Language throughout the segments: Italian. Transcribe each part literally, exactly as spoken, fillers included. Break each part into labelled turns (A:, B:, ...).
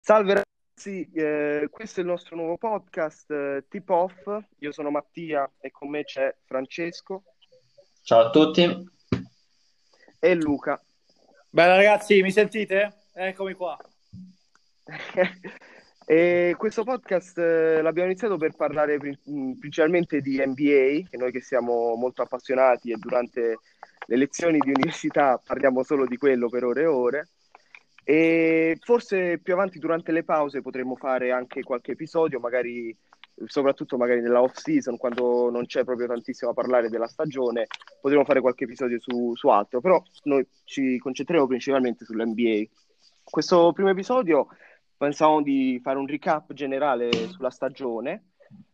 A: Salve ragazzi, eh, questo è il nostro nuovo podcast eh, Tip Off. Io sono Mattia e con me c'è Francesco
B: Ciao a tutti.
A: e Luca.
C: Bella ragazzi, mi sentite? Eccomi qua.
A: E questo podcast eh, l'abbiamo iniziato per parlare pri- mh, principalmente di N B A, che noi che siamo molto appassionati e durante le lezioni di università parliamo solo di quello per ore e ore. E forse più avanti durante le pause potremmo fare anche qualche episodio, magari soprattutto magari nella off season, quando non c'è proprio tantissimo a parlare della stagione, potremmo fare qualche episodio su, su altro, però noi ci concentreremo principalmente sull'N B A. Questo primo episodio pensavamo di fare un recap generale sulla stagione,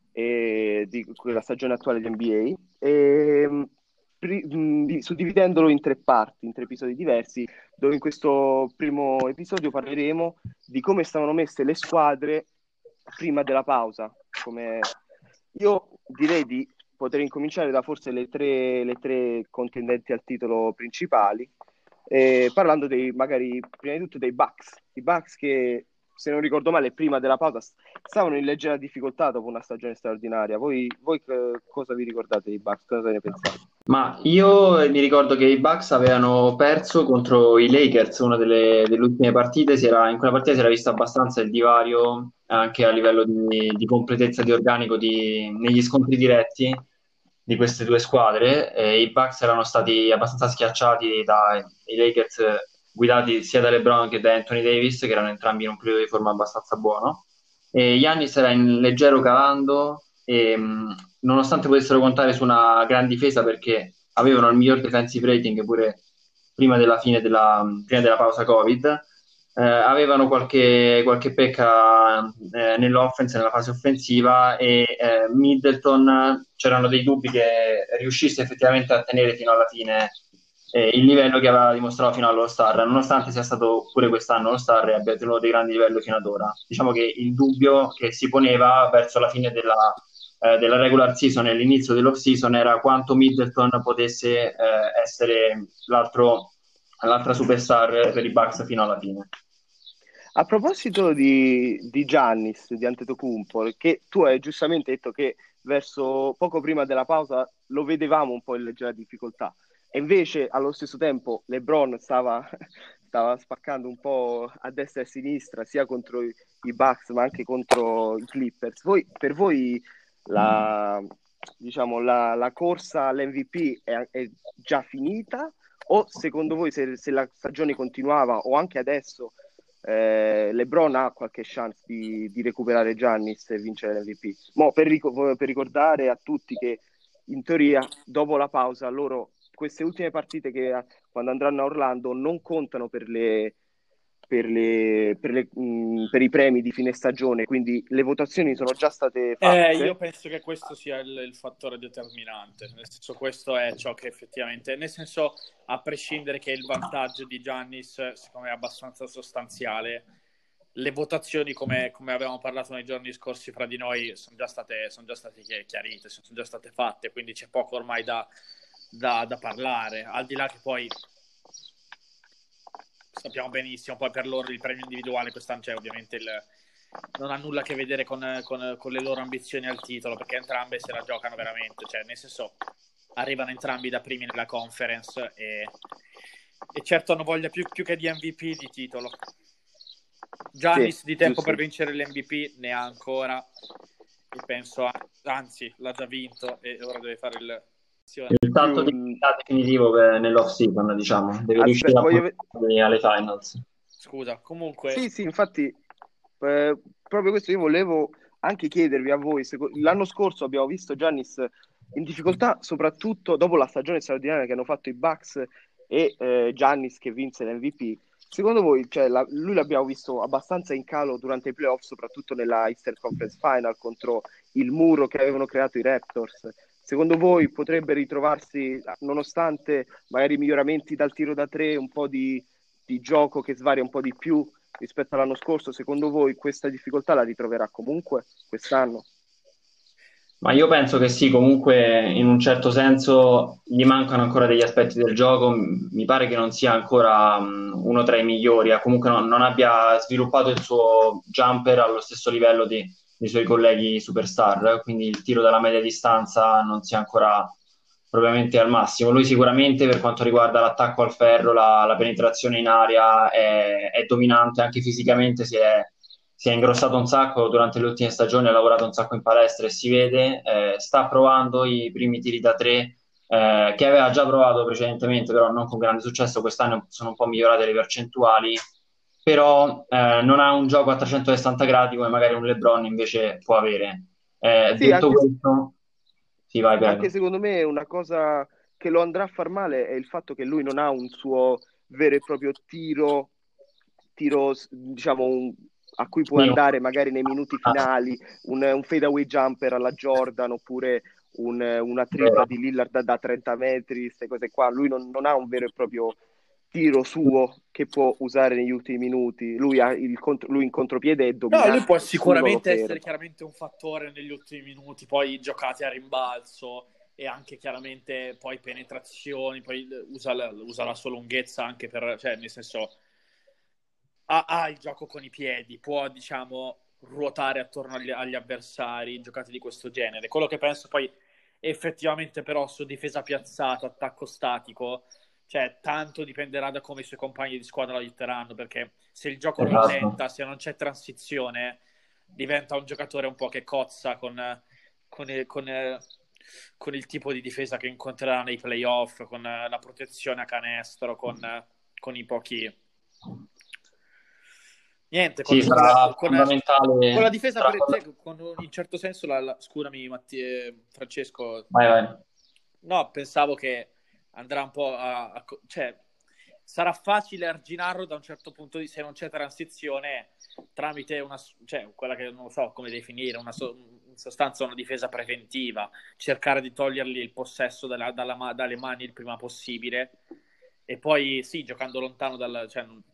A: e di quella stagione attuale di N B A, e, pri- mh, di- suddividendolo in tre parti, in tre episodi diversi, dove in questo primo episodio parleremo di come stavano messe le squadre prima della pausa. Come... Io direi di poter incominciare da forse le tre, le tre contendenti al titolo principali, eh, parlando dei, magari prima di tutto dei Bucks, i Bucks che se non ricordo male prima della pausa stavano in leggera difficoltà dopo una stagione straordinaria. Voi, voi eh, cosa vi ricordate dei Bucks? Cosa ne pensate?
B: Ma io mi ricordo che i Bucks avevano perso contro i Lakers una delle, delle ultime partite. Si era- in quella partita si era visto abbastanza il divario anche a livello di, di completezza di organico di- negli scontri diretti di queste due squadre. E i Bucks erano stati abbastanza schiacciati dai Lakers, guidati sia da LeBron che da Anthony Davis, che erano entrambi in un periodo di forma abbastanza buono. E Giannis era in leggero calando e mh, nonostante potessero contare su una gran difesa perché avevano il miglior defensive rating pure prima della fine della, prima della pausa Covid, eh, avevano qualche, qualche pecca eh, nell'offense, nella fase offensiva e eh, Middleton c'erano dei dubbi che riuscisse effettivamente a tenere fino alla fine eh, il livello che aveva dimostrato fino allo Star, nonostante sia stato pure quest'anno lo Star e abbia tenuto dei grandi livelli fino ad ora. Diciamo che il dubbio che si poneva verso la fine della, eh, della regular season e l'inizio dell'off season era quanto Middleton potesse eh, essere l'altro, l'altra superstar per i Bucks fino alla fine.
A: A proposito di, di Giannis, di Antetokounmpo, che tu hai giustamente detto che verso poco prima della pausa lo vedevamo un po' in leggera difficoltà, e invece allo stesso tempo LeBron stava, stava spaccando un po' a destra e a sinistra, sia contro i, i Bucks ma anche contro i Clippers. Voi, per voi la, diciamo, la, la corsa all'M V P è, è già finita? O secondo voi se, se la stagione continuava o anche adesso eh, LeBron ha qualche chance di, di recuperare Giannis e vincere l'M V P? Mo, per, ric- per ricordare a tutti che in teoria dopo la pausa loro queste ultime partite che quando andranno a Orlando non contano per le, per le, per le, mh, per i premi di fine stagione, quindi le votazioni sono già state
C: Eh, io
A: fatte.
C: penso che questo sia il, il fattore determinante, nel senso questo è ciò che effettivamente, nel senso a prescindere che il vantaggio di Giannis secondo me è abbastanza sostanziale, le votazioni come, come avevamo parlato nei giorni scorsi fra di noi sono già state, sono già state chiarite, sono già state fatte, quindi c'è poco ormai da, da, da parlare, al di là che poi sappiamo benissimo, poi per loro il premio individuale quest'anno c'è ovviamente il non ha nulla a che vedere con, con, con le loro ambizioni al titolo, perché entrambe se la giocano veramente, cioè nel senso arrivano entrambi da primi nella conference e, e certo hanno voglia più, più che di M V P di titolo. Giannis
A: Sì,
C: di tempo
A: giusto.
C: per vincere l'M V P ne ha ancora e penso, anzi l'ha già vinto e ora deve fare il
B: Il salto di
A: Più...
B: qualità definitivo per- nell'off season, diciamo, deve riuscire
A: Aspetta,
B: a
A: voglio... ve-
B: portarli alle finals.
C: scusa, comunque
A: Sì, sì, infatti, eh, proprio questo io volevo anche chiedervi a voi. seco- L'anno scorso abbiamo visto Giannis in difficoltà, soprattutto dopo la stagione straordinaria che hanno fatto i Bucks e eh, Giannis che vinse l'M V P. Secondo voi, cioè, la- lui l'abbiamo visto abbastanza in calo durante i playoff, soprattutto nella Eastern Conference Final contro il muro che avevano creato i Raptors. Secondo voi potrebbe ritrovarsi, nonostante magari i miglioramenti dal tiro da tre, un po' di, di gioco che svaria un po' di più rispetto all'anno scorso, secondo voi questa difficoltà la ritroverà comunque quest'anno?
B: Ma io penso che sì, comunque in un certo senso gli mancano ancora degli aspetti del gioco. M- Mi pare che non sia ancora mh, uno tra i migliori, ha comunque non, non abbia sviluppato il suo jumper allo stesso livello di- dei suoi colleghi superstar, quindi il tiro dalla media distanza non sia ancora propriamente al massimo. Lui sicuramente per quanto riguarda l'attacco al ferro, la, la penetrazione in aria è, è dominante, anche fisicamente si è si è ingrossato un sacco durante le ultime stagioni, ha lavorato un sacco in palestra e si vede, eh, sta provando i primi tiri da tre, eh, che aveva già provato precedentemente, però non con grande successo. Quest'anno sono un po' migliorate le percentuali, però eh, non ha un gioco a trecentosessanta gradi come magari un LeBron invece può avere. Eh,
A: Sì,
B: detto
A: anche,
B: questo, sì, vai,
A: anche
B: prego.
A: secondo me una cosa che lo andrà a far male è il fatto che lui non ha un suo vero e proprio tiro, tiro diciamo, un- a cui puoi
B: Sì,
A: andare magari nei minuti finali, un, un fadeaway jumper alla Jordan oppure un- una tripla
B: vero.
A: di Lillard da, da trenta metri, queste cose qua. Lui non, non ha un vero e proprio tiro suo che può usare negli ultimi minuti. Lui, ha il contro- lui in contropiede è
C: No, lui può
A: dominante, nessuno lo
C: sicuramente essere
A: ferma.
C: chiaramente un fattore negli ultimi minuti, poi giocati a rimbalzo e anche chiaramente poi penetrazioni, poi usa la, usa la sua lunghezza anche per, cioè nel senso ha, ha il gioco con i piedi, può diciamo ruotare attorno agli, agli avversari in giocate di questo genere. Quello che penso poi effettivamente però su difesa piazzata, attacco statico, cioè tanto dipenderà da come i suoi compagni di squadra lo aiuteranno, perché se il gioco
B: Esatto.
C: rallenta, se non c'è transizione, diventa un giocatore un po' che cozza con, con, il, con, con il tipo di difesa che incontrerà nei playoff, con la protezione a canestro, con, con i pochi... Niente, con,
B: Sì,
C: con, la,
B: sarà
C: con, con la
B: fondamentale.
C: difesa,
B: Sarà
C: per,
B: fonda-
C: cioè, con, in certo senso, la, la- scusami Mattia, Francesco,
B: Vai, vai.
C: no, pensavo che andrà un po' a, a- cioè sarà facile arginarlo da un certo punto di se non c'è transizione tramite una, cioè quella che non so come definire, una so- in sostanza una difesa preventiva, cercare di togliergli il possesso dalla- dalla dalle mani il prima possibile e poi sì, giocando lontano dal, cioè, non,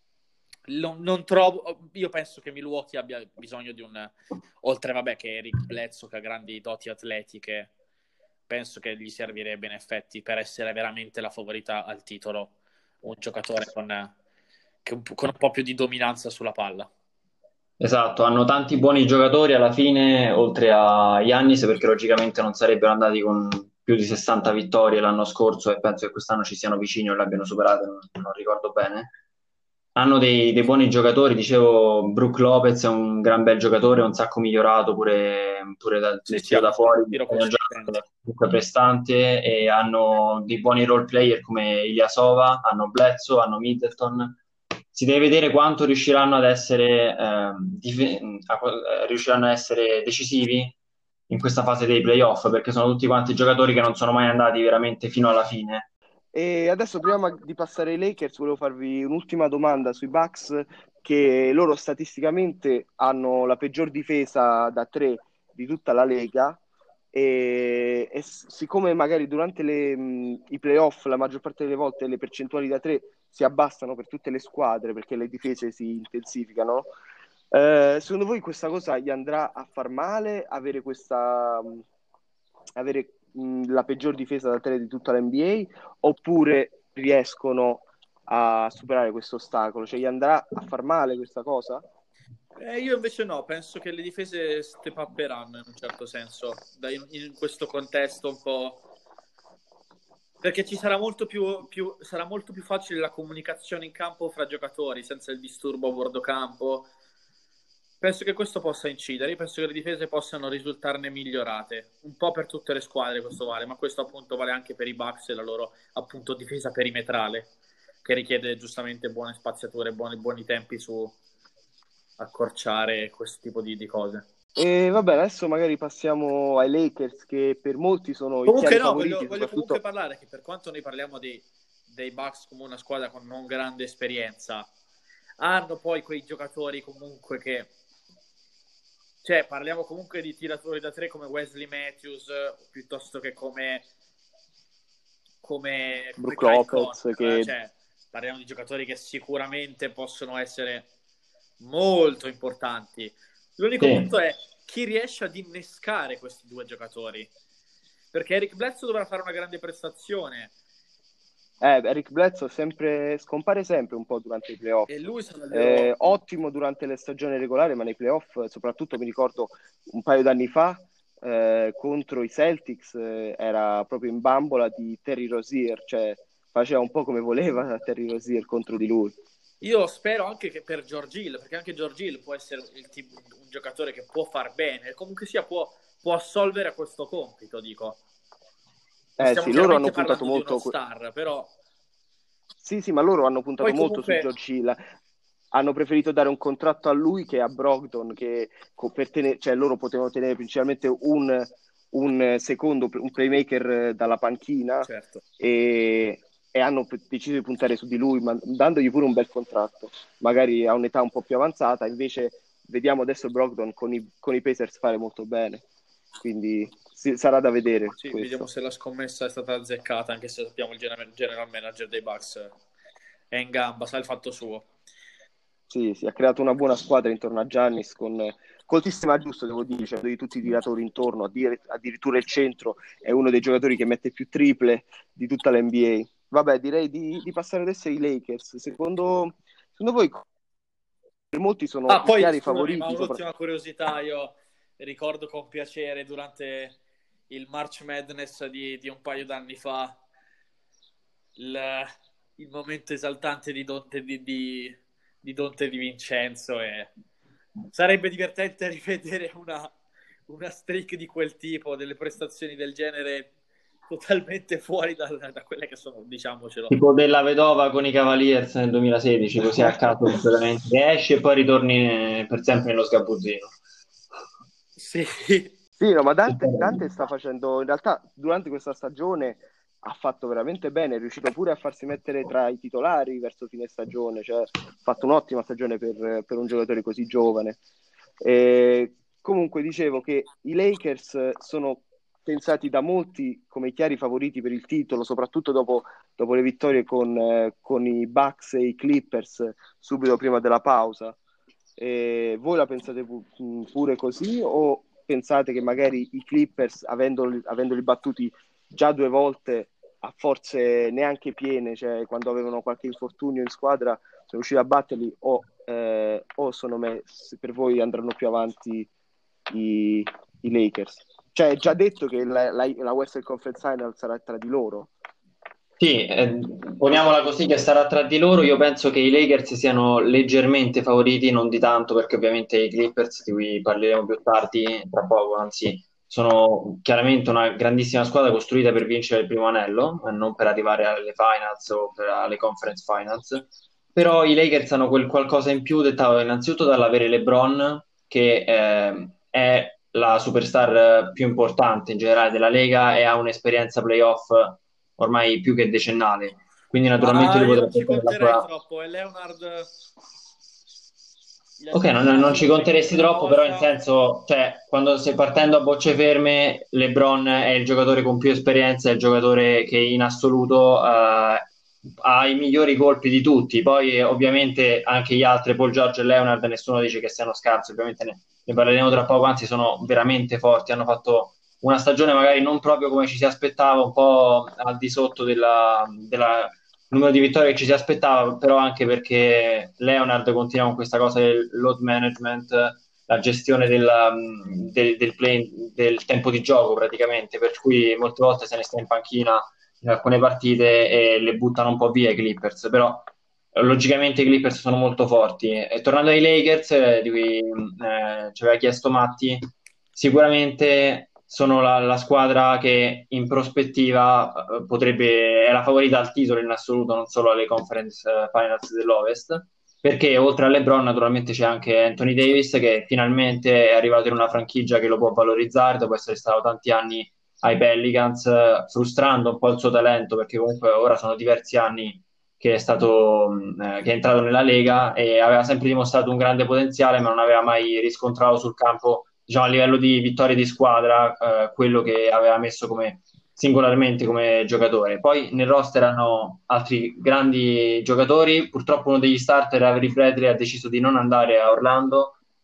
C: non- non trovo, io penso che Milwaukee abbia bisogno di un, oltre vabbè che Eric Bledsoe che ha grandi doti atletiche, penso che gli servirebbe in effetti per essere veramente la favorita al titolo, un giocatore con, che un- con un po' più di dominanza sulla palla.
B: Esatto, hanno tanti buoni giocatori alla fine, oltre a Giannis, perché logicamente non sarebbero andati con più di sessanta vittorie l'anno scorso e penso che quest'anno ci siano vicini o l'abbiano superate, non, non ricordo bene. Hanno dei, dei buoni giocatori, dicevo, Brook Lopez è un gran bel giocatore, è un sacco migliorato pure, pure dal
C: Sì,
B: nel
C: sì, ha
B: tiro da
C: un
B: fuori,
C: tiro
B: Daniel Johnson
C: consistente.
B: è comunque prestante e hanno dei buoni role player come Ilyasova, hanno Bledsoe, hanno Middleton. Si deve vedere quanto riusciranno ad essere, ehm, dif- a- eh, riusciranno a essere decisivi in questa fase dei playoff, perché sono tutti quanti giocatori che non sono mai andati veramente fino alla fine.
A: E adesso, prima di passare ai Lakers, volevo farvi un'ultima domanda sui Bucks, che loro statisticamente hanno la peggior difesa da tre di tutta la Lega. E, e s- siccome magari durante le, mh, i playoff la maggior parte delle volte le percentuali da tre si abbassano per tutte le squadre perché le difese si intensificano, eh, secondo voi questa cosa gli andrà a far male avere questa, mh, avere mh, la peggior difesa da tre di tutta la N B A, oppure riescono a superare questo ostacolo? Cioè gli andrà a far male questa cosa?
C: Eh, io invece no, penso che le difese step upperanno in un certo senso, da- in, in questo contesto un po'... Perché ci sarà molto più, più- sarà molto più facile la comunicazione in campo fra giocatori, senza il disturbo a bordo campo. Penso che questo possa incidere, io penso che le difese possano risultarne migliorate, un po' per tutte le squadre questo vale, ma questo appunto vale anche per i Bucks e la loro appunto difesa perimetrale, che richiede giustamente buone spaziature, buoni, buoni tempi su accorciare questo tipo di, di cose.
A: E vabbè, adesso magari passiamo ai Lakers, che per molti sono i
C: Comunque
A: chiari
C: no, voglio,
A: favoriti,
C: voglio comunque
A: soprattutto.
C: parlare che per quanto noi parliamo dei, dei Bucks come una squadra con non grande esperienza, hanno poi quei giocatori comunque che, cioè parliamo comunque di tiratori da tre come Wesley Matthews, piuttosto che come, come, come
A: Brook
C: Kyle
A: Lopez,
C: Conner,
A: che
C: cioè parliamo di giocatori che sicuramente possono essere molto importanti. L'unico
B: Sì.
C: punto è chi riesce ad innescare questi due giocatori, perché Eric Bledsoe dovrà fare una grande prestazione.
A: Eh, Eric Bledsoe sempre, scompare sempre un po' durante i playoff.
C: E lui sarà il
A: Eh,
C: vero...
A: ottimo durante le stagioni regolari, ma nei playoff, soprattutto mi ricordo un paio d'anni fa, eh, contro i Celtics, eh, era proprio in bambola di Terry Rozier, cioè faceva un po' come voleva Terry Rozier contro di lui.
C: Io spero anche che per George Hill, perché anche George Hill può essere il tipo, un giocatore che può far bene, comunque sia può, può assolvere a questo compito, dico.
A: Eh
C: Stiamo
A: sì, loro hanno
C: chiaramente
A: puntato
C: parlando di
A: molto.
C: uno star, però
A: Sì, sì, ma loro hanno puntato
C: poi
A: molto su
C: comunque
A: George Hill. Hanno preferito dare un contratto a lui che a Brogdon, che co- per tenere, cioè loro potevano tenere principalmente un, un secondo, un playmaker eh, dalla panchina
C: certo.
A: e, e hanno p- deciso di puntare su di lui, ma dandogli pure un bel contratto, magari a un'età un po' più avanzata. Invece vediamo adesso Brogdon con i, con i Pacers fare molto bene, quindi si- sarà da vedere
C: Sì,
A: questo.
C: vediamo se la scommessa è stata azzeccata, anche se sappiamo il general, general manager dei Bucks è in gamba, sa il fatto suo.
A: Sì, sì, ha creato una buona squadra intorno a Giannis con col sistema giusto, devo dire, cioè, di tutti i tiratori intorno, addir- addirittura il centro è uno dei giocatori che mette più triple di tutta l'N B A. Vabbè, direi di, di passare adesso ai Lakers. Secondo, secondo voi, per molti sono
C: Ah,
A: i
C: poi
A: chiari
C: scusami, ma
A: favoriti, sopra...
C: un'ultima curiosità, io ricordo con piacere durante il March Madness di, di un paio d'anni fa il, il momento esaltante di Donte di, di, di Donte Di Vincenzo, e sarebbe divertente rivedere una, una streak di quel tipo, delle prestazioni del genere totalmente fuori da, da quelle che sono, diciamocelo.
B: Tipo della vedova con i Cavaliers nel duemilasedici, così a caso completamente, che esce e poi ritorni per sempre nello sgabuzzino.
C: Sì.
A: Sì, no, ma Dante, Dante sta facendo, in realtà durante questa stagione ha fatto veramente bene, è riuscito pure a farsi mettere tra i titolari verso fine stagione, cioè ha fatto un'ottima stagione per, per un giocatore così giovane. E comunque dicevo che i Lakers sono pensati da molti come i chiari favoriti per il titolo, soprattutto dopo, dopo le vittorie con, eh, con i Bucks e i Clippers subito prima della pausa. E voi la pensate pu- pure così o pensate che magari i Clippers, avendoli, avendoli battuti già due volte a forze neanche piene, cioè quando avevano qualche infortunio in squadra, sono riusciti a batterli o, eh, o sono me, per voi andranno più avanti i, i Lakers? Cioè è già detto che la, la, la Western Conference Final sarà tra di loro.
B: Sì, eh, poniamola così che sarà tra di loro. Io penso che i Lakers siano leggermente favoriti, non di tanto, perché ovviamente i Clippers, di cui parleremo più tardi, tra poco, anzi, sono chiaramente una grandissima squadra costruita per vincere il primo anello, e non per arrivare alle finals o per- alle conference finals. Però i Lakers hanno quel qualcosa in più, dettato innanzitutto dall'avere LeBron, che eh, è la superstar eh, più importante in generale della Lega e ha un'esperienza playoff ormai più che decennale, quindi naturalmente
C: Ma
B: lui
C: io non
B: potrebbe
C: ci
B: fare la
C: conterei
B: sua...
C: troppo, e Leonard gli
B: Ok,
C: ha,
B: non,
C: ha
B: non ci
C: suggerito
B: conteresti
C: una
B: troppo, però in
C: volta.
B: senso, cioè, quando stai partendo a bocce ferme, LeBron è il giocatore con più esperienza, è il giocatore che in assoluto eh, ha i migliori colpi di tutti. Poi eh, ovviamente anche gli altri, Paul George e Leonard, nessuno dice che siano scarsi, ovviamente ne, ne parleremo tra poco, anzi sono veramente forti, hanno fatto una stagione magari non proprio come ci si aspettava, un po' al di sotto della, della numero di vittorie che ci si aspettava, però anche perché Leonard continua con questa cosa del load management, la gestione della, del, del, play, del tempo di gioco praticamente, per cui molte volte se ne sta in panchina in alcune partite e le buttano un po' via i Clippers, però logicamente i Clippers sono molto forti. E tornando ai Lakers, eh, di cui eh, ci aveva chiesto Matti, sicuramente sono la, la squadra che in prospettiva eh, potrebbe, è la favorita al titolo in assoluto, non solo alle conference eh, finals dell'Ovest, perché oltre a LeBron naturalmente c'è anche Anthony Davis che finalmente è arrivato in una franchigia che lo può valorizzare dopo essere stato tanti anni ai Pelicans, eh, frustrando un po' il suo talento perché comunque ora sono diversi anni che è stato mh, eh, che è entrato nella Lega e aveva sempre dimostrato un grande potenziale, ma non aveva mai riscontrato sul campo, diciamo, a livello di vittorie di squadra, eh, quello che aveva messo come singolarmente come giocatore. Poi nel roster hanno altri grandi giocatori, purtroppo uno degli starter, Avery Bradley, ha deciso di non andare a Orlando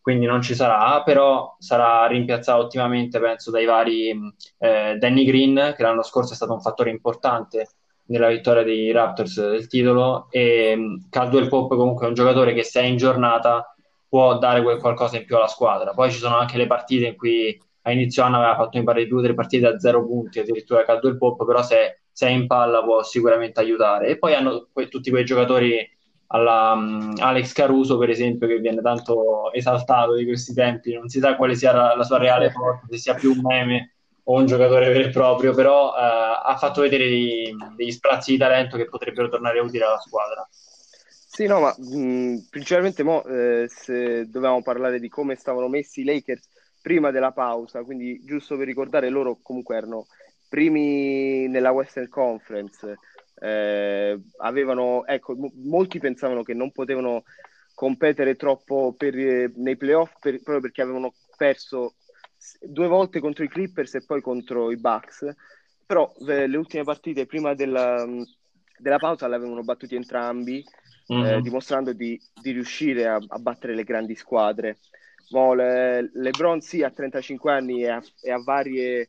B: quindi non ci sarà, però sarà rimpiazzato ottimamente, penso, dai vari eh, Danny Green, che l'anno scorso è stato un fattore importante nella vittoria dei Raptors del titolo, e mh, Caldwell Pope comunque è un giocatore che se è in giornata può dare quel qualcosa in più alla squadra. Poi ci sono anche le partite in cui a inizio anno aveva fatto mi pare due o tre partite da zero punti, addirittura Caldwell Pope, però se, se è in palla può sicuramente aiutare. E poi hanno que- tutti quei giocatori alla um, Alex Caruso, per esempio, che viene tanto esaltato di questi tempi, non si sa quale sia la, la sua reale forza, se sia più un meme o un giocatore vero e proprio, però uh, ha fatto vedere dei, degli sprazzi di talento che potrebbero tornare utili alla squadra.
A: Sì, no, ma mh, principalmente mo, eh, se dovevamo parlare di come stavano messi i Lakers prima della pausa, quindi giusto per ricordare, loro comunque erano primi nella Western Conference, eh, avevano, ecco, m- molti pensavano che non potevano competere troppo per, eh, nei playoff per- proprio perché avevano perso s- due volte contro i Clippers e poi contro i Bucks, però eh, le ultime partite prima della, della pausa le avevano battuti entrambi, eh,
B: Mhm.
A: dimostrando di, di riuscire a, a battere le grandi squadre. Mo, le, LeBron sì, ha trentacinque anni e ha, e ha varie,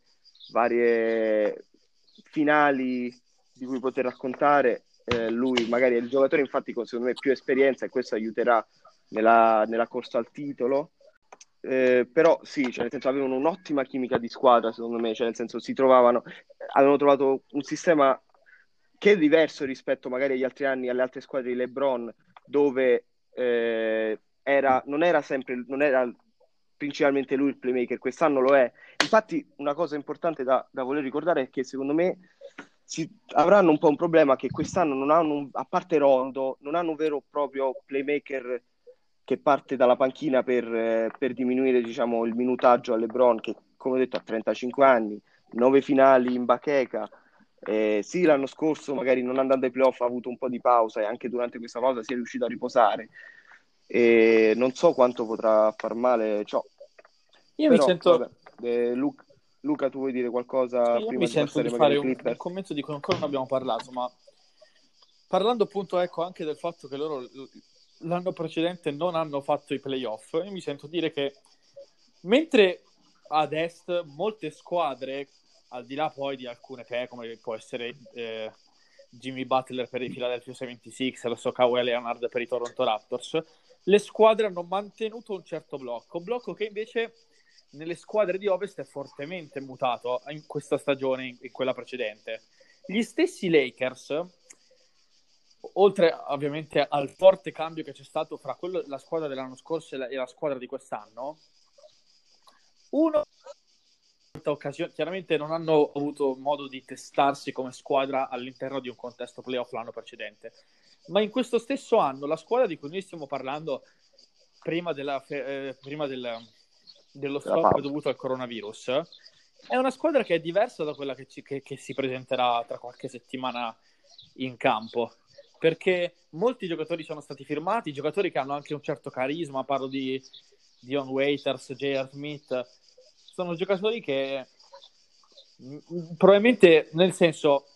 A: varie finali di cui poter raccontare. Eh, lui magari è il giocatore infatti con secondo me più esperienza e questo aiuterà nella, nella corsa al titolo. Eh, però sì, cioè nel senso avevano un'ottima chimica di squadra secondo me, cioè nel senso si trovavano, avevano trovato un sistema che è diverso rispetto magari agli altri anni, alle altre squadre di LeBron, dove eh, era, non era sempre, non era principalmente lui il playmaker, quest'anno lo è. Infatti una cosa importante da, da voler ricordare è che secondo me si, avranno un po' un problema che quest'anno non hanno, un, a parte Rondo, non hanno un vero e proprio playmaker che parte dalla panchina per, eh, per diminuire diciamo, il minutaggio a LeBron, che come ho detto ha trentacinque anni, nove finali in bacheca. Eh, sì, l'anno scorso magari non andando ai playoff ha avuto un po' di pausa e anche durante questa pausa si è riuscito a riposare. E non so quanto potrà far male ciò,
C: Io mi
A: però vabbè.
C: sento,
A: Eh, Lu- Luca, tu vuoi dire qualcosa
C: io mi
A: prima di
C: sento di
A: passare magari
C: fare
A: ai
C: un, un
A: Clippers?
C: commento di cui ancora non abbiamo parlato, ma parlando appunto ecco anche del fatto che loro l'anno precedente non hanno fatto i playoff, io mi sento dire che mentre ad est molte squadre, al di là poi di alcune che è, come può essere eh, Jimmy Butler per i Philadelphia settantasei, lo so Kawhi Leonard per i Toronto Raptors, le squadre hanno mantenuto un certo blocco, blocco che invece nelle squadre di ovest è fortemente mutato in questa stagione, in, in quella precedente. Gli stessi Lakers, oltre ovviamente al forte cambio che c'è stato fra quello, la squadra dell'anno scorso e la, e la squadra di quest'anno, uno occasione, chiaramente non hanno avuto modo di testarsi come squadra all'interno di un contesto playoff l'anno precedente, ma in questo stesso anno la squadra di cui noi stiamo parlando prima, della, eh, prima del, dello stop dovuto al coronavirus è una squadra che è diversa da quella che, ci, che, che si presenterà tra qualche settimana in campo, perché molti giocatori sono stati firmati, giocatori che hanno anche un certo carisma, parlo di Dion Waiters, J R. Smith, sono giocatori che probabilmente, nel senso,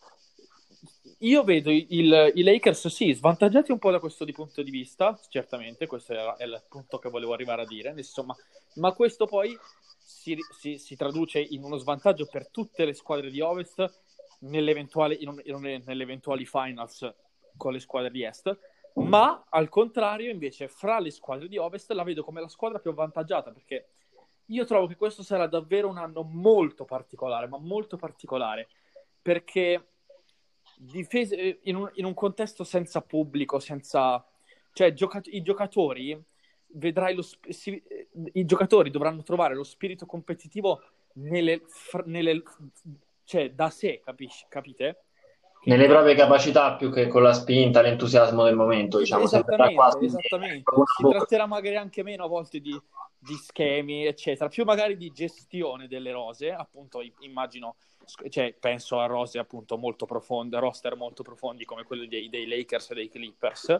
C: io vedo il, i Lakers sì, svantaggiati un po' da questo di punto di vista, certamente, questo è, è il punto che volevo arrivare a dire, insomma, ma questo poi si, si, si traduce in uno svantaggio per tutte le squadre di Ovest nell'eventuale, in un, in un, nelle eventuali finals con le squadre di Est, ma al contrario invece fra le squadre di Ovest la vedo come la squadra più avvantaggiata, perché io trovo che questo sarà davvero un anno molto particolare, ma molto particolare, perché difese, in, un, in un contesto senza pubblico, senza... cioè gioca- i giocatori, vedrai lo sp- si, i giocatori dovranno trovare lo spirito competitivo nelle, fr- nelle cioè da sé, capisci, capite? Che
B: Nelle
C: non...
B: proprie capacità più che con la spinta, l'entusiasmo del momento,
C: Es-
B: diciamo, sembrerà
C: esattamente,
B: quasi
C: esattamente.
B: una
C: Si
B: bolla.
C: tratterà magari anche meno a volte di, di schemi, eccetera, più magari di gestione delle rose, appunto, immagino, cioè, penso a rose appunto molto profonde, roster molto profondi come quelli dei, dei Lakers e dei Clippers,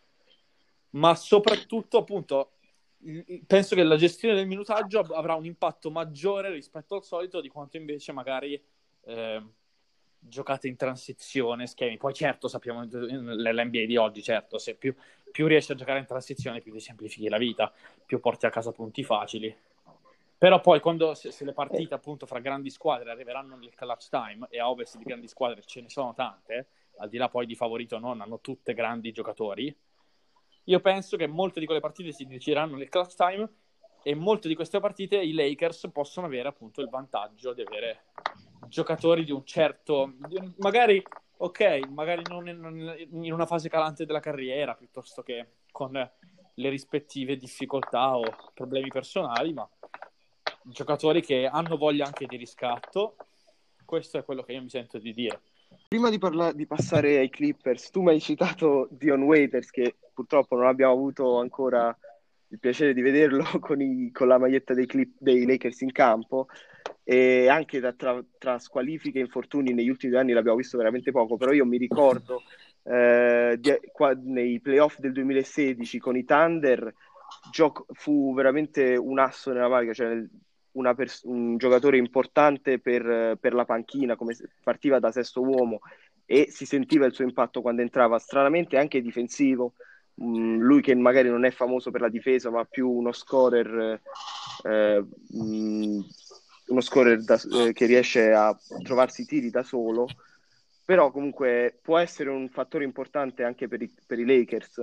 C: ma soprattutto appunto penso che la gestione del minutaggio avrà un impatto maggiore rispetto al solito di quanto invece magari eh, giocate in transizione, schemi. Poi certo sappiamo l'N B A di oggi, certo, se più, più riesci a giocare in transizione, più ti semplifichi la vita, più porti a casa punti facili. Però poi quando se, se le partite appunto fra grandi squadre arriveranno nel clutch time, e a Ovest di grandi squadre ce ne sono tante, al di là poi di favorito o non, hanno tutte grandi giocatori, io penso che molte di quelle partite si decideranno nel clutch time, e molte di queste partite i Lakers possono avere appunto il vantaggio di avere giocatori di un certo, magari ok, magari non in, in una fase calante della carriera, piuttosto che con le rispettive difficoltà o problemi personali, ma giocatori che hanno voglia anche di riscatto. Questo è quello che io mi sento di dire.
A: Prima di, parla- di passare ai Clippers, tu mi hai citato Dion Waiters, che purtroppo non abbiamo avuto ancora il piacere di vederlo con, i- con la maglietta dei, Clip- dei Lakers in campo, e anche da- tra, tra squalifiche e infortuni negli ultimi due anni l'abbiamo visto veramente poco, però io mi ricordo eh, di- qua- nei playoff del duemilasedici con i Thunder gioc- fu veramente un asso nella manica, cioè una pers- un giocatore importante per, per la panchina, come se partiva da sesto uomo e si sentiva il suo impatto quando entrava, stranamente anche difensivo. Mm, lui che magari non è famoso per la difesa, ma più uno scorer, eh, mm, uno scorer da- eh, che riesce a trovarsi i tiri da solo, però comunque può essere un fattore importante anche per i, per i Lakers.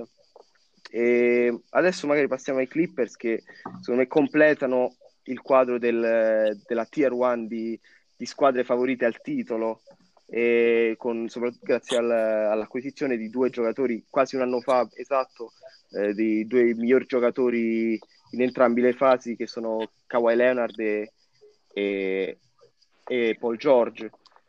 A: E adesso magari passiamo ai Clippers, che secondo me completano il quadro del, della Tier uno di, di squadre favorite al titolo, e con, soprattutto grazie al, all'acquisizione di due giocatori quasi un anno fa esatto, eh, di due migliori giocatori in entrambi le fasi, che sono Kawhi Leonard e, e, e Paul George,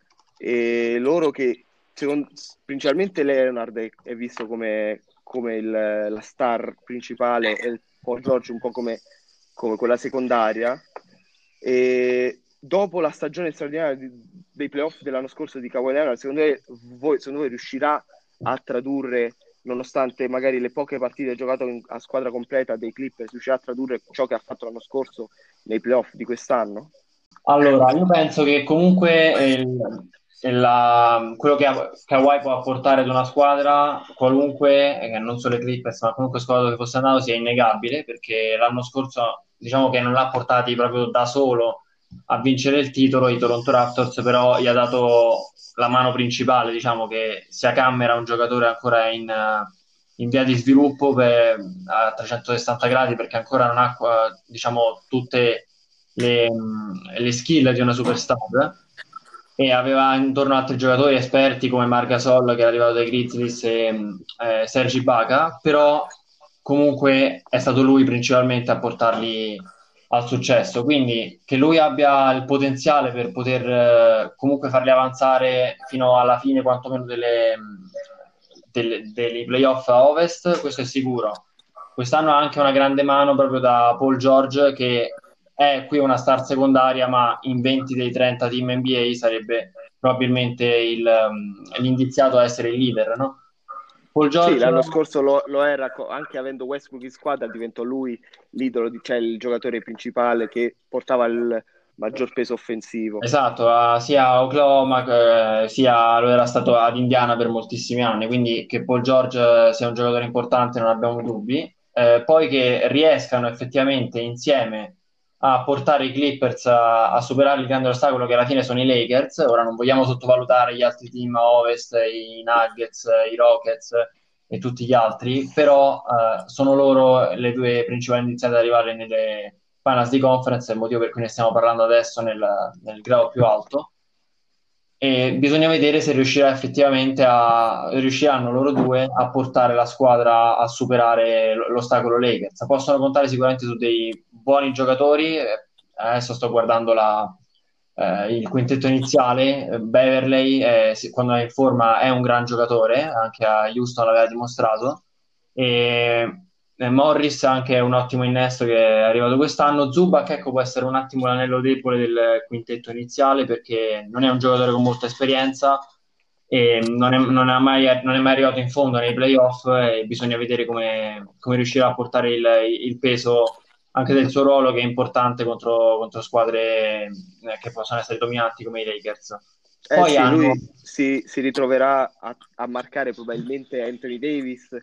A: e loro che secondo, principalmente Leonard è, è visto come, come il, la star principale, e Paul George un po' come, come quella secondaria. E dopo la stagione straordinaria di, dei playoff dell'anno scorso di Kawhi Leonard, secondo me, voi, secondo voi riuscirà a tradurre, nonostante magari le poche partite giocate in, a squadra completa dei Clippers, riuscirà a tradurre ciò che ha fatto l'anno scorso nei playoff di quest'anno?
B: Allora, io penso che comunque il- la- quello che ha- Kawhi può apportare ad una squadra, qualunque, eh, che non solo i Clippers, ma qualunque squadra che fosse andato, sia innegabile, perché l'anno scorso diciamo che non l'ha portati proprio da solo a vincere il titolo, i Toronto Raptors, però gli ha dato la mano principale, diciamo che Siakam era un giocatore ancora in, eh, in via di sviluppo per- a trecentosessanta gradi, perché ancora non ha, eh, diciamo, tutte le, le skill di una superstar, e aveva intorno altri giocatori esperti come Marc Gasol, che era arrivato dai Grizzlies, e eh, Serge Ibaka, però comunque è stato lui principalmente a portarli al successo, quindi che lui abbia il potenziale per poter eh, comunque farli avanzare fino alla fine quantomeno delle, delle, dei playoff a Ovest, questo è sicuro. Quest'anno ha anche una grande mano proprio da Paul George, che è qui una star secondaria, ma in venti dei trenta team N B A sarebbe probabilmente il, um, l'indiziato a essere il leader, no? Paul
A: Sì,
B: George,
A: l'anno scorso lo, lo era, co- anche avendo Westbrook in squadra, diventò lui l'idolo, di, cioè il giocatore principale che portava il maggior peso offensivo.
B: esatto, a- sia a Oklahoma, eh, sia lo era stato ad Indiana per moltissimi anni, quindi che Paul George eh, sia un giocatore importante non abbiamo dubbi. Eh, poi che riescano effettivamente insieme a portare i Clippers a, a superare il grande ostacolo che alla fine sono i Lakers. Ora non vogliamo sottovalutare gli altri team a Ovest, i Nuggets, i Rockets e tutti gli altri, però eh, sono loro le due principali iniziate ad arrivare nelle finals di conference, è il motivo per cui ne stiamo parlando adesso nel, nel grado più alto, e bisogna vedere se riuscirà effettivamente a riusciranno loro due a portare la squadra a superare l- l'ostacolo Lakers. Possono contare sicuramente su dei buoni giocatori. Eh, adesso sto guardando la, eh, il quintetto iniziale. Eh, Beverley, eh, se- quando è in forma, è un gran giocatore, anche a Houston l'aveva dimostrato. E eh, Morris anche è un ottimo innesto che è arrivato quest'anno. Zubac, ecco, può essere un attimo l'anello debole del quintetto iniziale, perché non è un giocatore con molta esperienza e non è, non è mai, non è mai arrivato in fondo nei playoff, e bisogna vedere come, come riuscirà a portare il, il peso anche del suo ruolo, che è importante contro, contro squadre eh, che possono essere dominanti come i Lakers.
A: Eh
B: Poi
A: sì,
B: hanno
A: lui si, si ritroverà a, a marcare probabilmente Anthony Davis,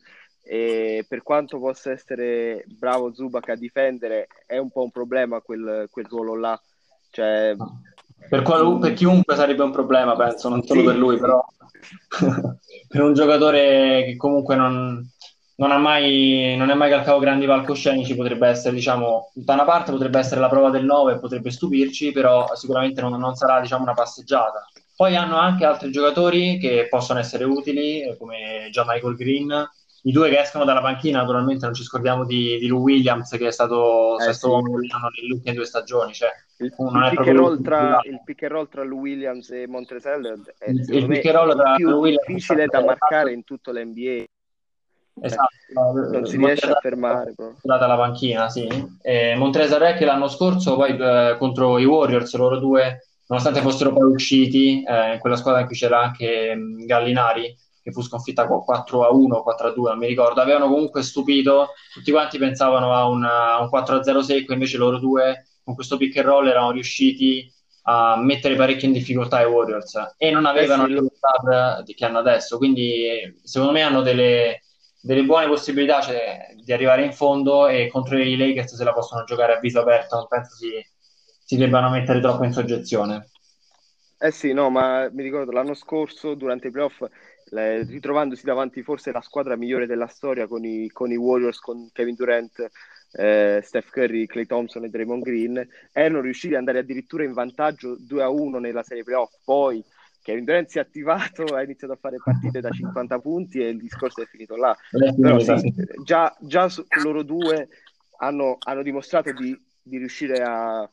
A: e per quanto possa essere bravo Zubac a difendere, è un po' un problema quel, quel ruolo là. Cioè,
B: Per, qualu- per
A: mh,
B: chiunque sarebbe un problema, penso, non solo per
A: sì,
B: lui,
A: sì.
B: però per un giocatore che comunque non, non ha mai, non è mai calcato grandi palcoscenici, potrebbe essere, diciamo, da una parte potrebbe essere la prova del nove, potrebbe stupirci, però sicuramente non, non sarà, diciamo, una passeggiata. Poi hanno anche altri giocatori che possono essere utili, eh, come già Michael Green, i due che escono dalla panchina. Naturalmente non ci scordiamo di, di Lou Williams, che è stato
A: Eh
B: sesto
A: sì.
B: uomo dell'anno nelle ultime due stagioni, cioè
A: Il,
B: non
A: il
B: è
A: pick and
B: proprio
A: roll
B: l'ultimo
A: tra, il
B: candidato.
A: pick and roll tra Lou Williams e Montrezl è,
B: Il,
A: secondo
B: il pick
A: me,
B: and roll
A: il
B: tra
A: più
B: Lou Williams e
A: difficile da
B: Montrezl,
A: marcare in tutto l'N B A. Cioè, non
B: esatto,
A: si
B: eh,
A: riesce a
B: Montrezl
A: fermare proprio.
B: è dalla panchina, sì. E Montrezl che l'anno scorso poi eh, contro i Warriors, loro due, nonostante fossero poi usciti, eh, in quella squadra in cui c'era anche mh, Gallinari, che fu sconfitta quattro a uno, quattro a due, non mi ricordo, avevano comunque stupito, tutti quanti pensavano a, una, a un quattro a zero secco, invece loro due con questo pick and roll erano riusciti a mettere parecchio in difficoltà i Warriors e non
A: Eh
B: avevano
A: sì,
B: gli
A: lo-
B: star che hanno adesso, quindi secondo me hanno delle, delle buone possibilità, cioè, di arrivare in fondo, e contro i Lakers se la possono giocare a viso aperto, non penso si, si debbano mettere troppo in soggezione.
A: eh sì, no, ma mi ricordo l'anno scorso durante i playoff, le- ritrovandosi davanti forse la squadra migliore della storia con i, con i Warriors, con Kevin Durant, eh, Steph Curry, Klay Thompson e Draymond Green, erano riusciti ad andare addirittura in vantaggio due a uno nella serie playoff. Poi Kevin Durant si è attivato, ha iniziato a fare partite da cinquanta punti e il discorso è finito là.
B: Non è
A: Però
B: finita,
A: sì,
B: sì.
A: già, già su- loro due hanno, hanno dimostrato di, di riuscire a,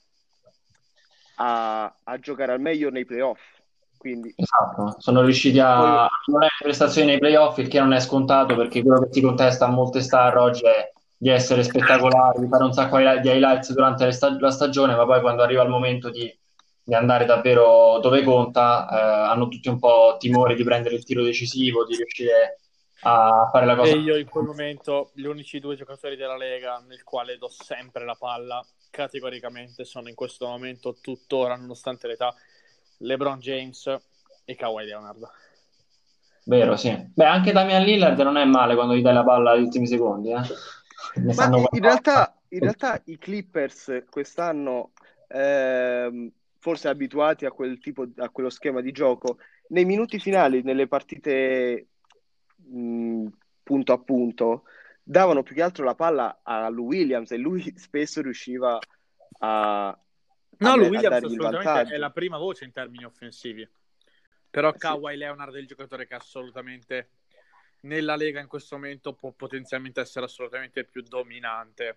A: a, a giocare al meglio nei playoff. Quindi
B: Esatto, sono riusciti
A: poi
B: a fare prestazioni nei playoff, il che non è scontato, perché quello che si contesta a molte star oggi è di essere spettacolari, di fare un sacco di highlights durante le sta- la stagione, ma poi quando arriva il momento di, di andare davvero dove conta, eh, hanno tutti un po' timore di prendere il tiro decisivo, di riuscire a fare la
C: E
B: cosa.
C: io in quel momento, gli unici due giocatori della Lega nel quale do sempre la palla, categoricamente, sono in questo momento, tuttora, nonostante l'età, LeBron James e Kawhi Leonard.
B: Vero, sì. Beh, anche Damian Lillard non è male quando gli dai la palla agli ultimi secondi, eh. Ne
A: Ma
B: fanno
A: in
B: qualcosa.
A: realtà, in realtà i Clippers quest'anno, ehm, forse abituati a quel tipo, a quello schema di gioco, nei minuti finali, nelle partite mh, punto a punto, davano più che altro la palla a Lou Williams e lui spesso riusciva a, a
C: No, Lou
A: me- a
C: Williams
A: dargli il
C: assolutamente è
A: vantaggio.
C: la prima voce in termini offensivi, però
A: Eh sì.
C: Kawhi Leonard è il giocatore che assolutamente nella Lega in questo momento può potenzialmente essere assolutamente più dominante,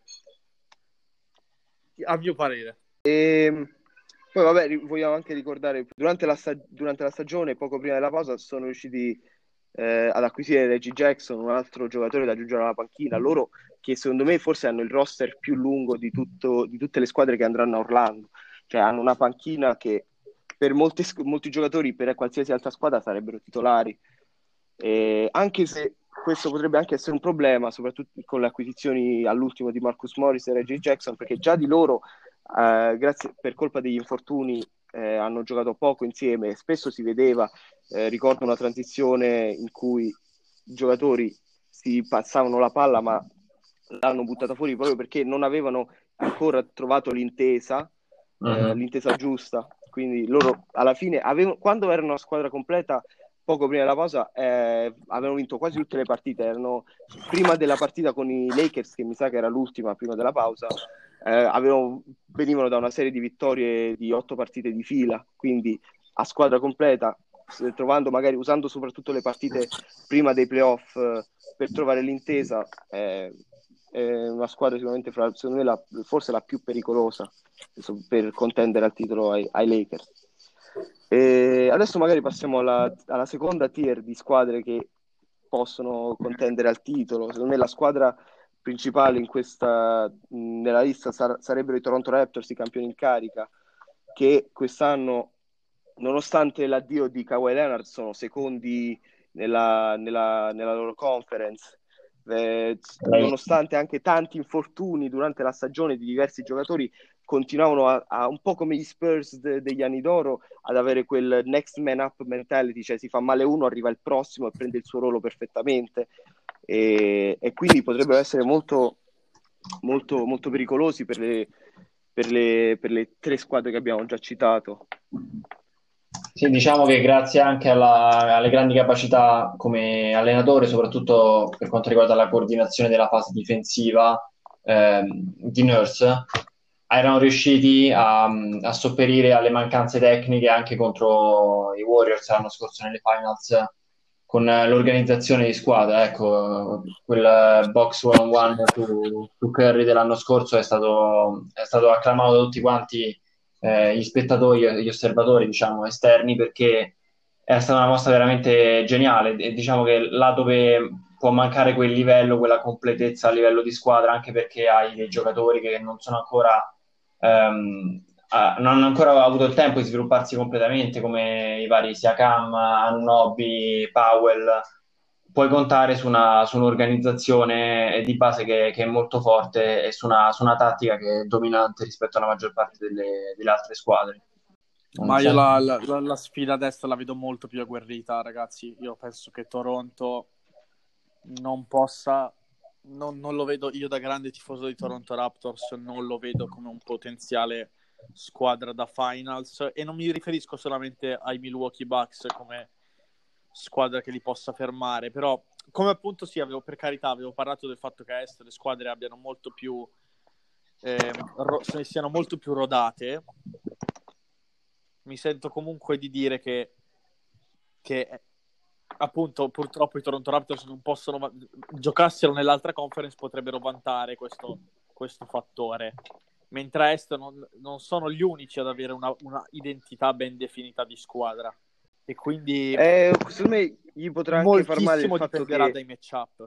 C: a mio parere.
A: E poi vabbè, ri- vogliamo anche ricordare, durante la, sta- durante la stagione, poco prima della pausa, sono riusciti eh, ad acquisire Reggie Jackson, un altro giocatore da aggiungere alla panchina. Loro che secondo me forse hanno il roster più lungo di, tutto, di tutte le squadre che andranno a Orlando. Cioè hanno una panchina che per molti, molti giocatori, per qualsiasi altra squadra, sarebbero titolari. E anche se questo potrebbe anche essere un problema, soprattutto con le acquisizioni all'ultimo di Marcus Morris e Reggie Jackson, perché già di loro, eh, grazie per colpa degli infortuni, eh, hanno giocato poco insieme. Spesso si vedeva, eh, ricordo una transizione in cui i giocatori si passavano la palla, ma l'hanno buttata fuori proprio perché non avevano ancora trovato l'intesa, eh,
B: Mhm.
A: l'intesa giusta. Quindi loro alla fine avevano, quando erano una squadra completa, poco prima della pausa, eh, avevano vinto quasi tutte le partite. Erano prima della partita con i Lakers, che mi sa che era l'ultima prima della pausa. Eh, avevano, venivano da una serie di vittorie di otto partite di fila, quindi a squadra completa, trovando magari usando soprattutto le partite prima dei playoff eh, per trovare l'intesa. Eh, è una squadra sicuramente, fra, secondo me, la, forse la più pericolosa per contendere al titolo ai, ai Lakers. E adesso magari passiamo alla, alla seconda tier di squadre che possono contendere al titolo. Secondo me la squadra principale in questa, nella lista sar- sarebbero i Toronto Raptors, i campioni in carica, che quest'anno, nonostante l'addio di Kawhi Leonard, sono secondi nella, nella, nella loro conference. eh, nonostante anche tanti infortuni durante la stagione di diversi giocatori, continuavano a, a un po' come gli Spurs de, degli anni d'oro ad avere quel next man up mentality, cioè si fa male uno, arriva il prossimo e prende il suo ruolo perfettamente, e, e quindi potrebbero essere molto, molto, molto pericolosi per le, per, le, per le tre squadre che abbiamo già citato.
B: Sì, diciamo che grazie anche alla- alle grandi capacità come allenatore, soprattutto per quanto riguarda la coordinazione della fase difensiva ehm, di Nurse, erano riusciti a, a sopperire alle mancanze tecniche anche contro i Warriors l'anno scorso nelle finals con l'organizzazione di squadra. Ecco, quel box one on one su, su Curry dell'anno scorso è stato, è stato acclamato da tutti quanti eh, gli spettatori, gli osservatori, diciamo, esterni, perché è stata una mossa veramente geniale e diciamo che là dove può mancare quel livello, quella completezza a livello di squadra, anche perché hai dei giocatori che non sono ancora ehm, ah, non hanno ancora avuto il tempo di svilupparsi completamente, come i vari Siakam, Anunoby, Powell. Puoi contare su, una, su un'organizzazione di base che, che è molto forte e su una, su una tattica che è dominante rispetto alla maggior parte delle, delle altre squadre. Non
C: Ma io
B: so.
C: la, la, la sfida a destra la vedo molto più agguerrita, ragazzi. Io penso che Toronto non possa, non, non lo vedo, io da grande tifoso di Toronto Raptors non lo vedo come un potenziale squadra da finals, e non mi riferisco solamente ai Milwaukee Bucks come squadra che li possa fermare, però come appunto sì, avevo, per carità, avevo parlato del fatto che a est le squadre abbiano molto più eh, ro- siano molto più rodate. Mi sento comunque di dire che, che appunto purtroppo i Toronto Raptors non possono va- giocassero nell'altra conference, potrebbero vantare questo, questo fattore, mentre a est non, non sono gli unici ad avere una, una identità ben definita di squadra, e quindi
A: Eh, secondo me gli potrà anche far male il
C: moltissimo
A: fatto
C: dipenderà
A: che
C: dai matchup.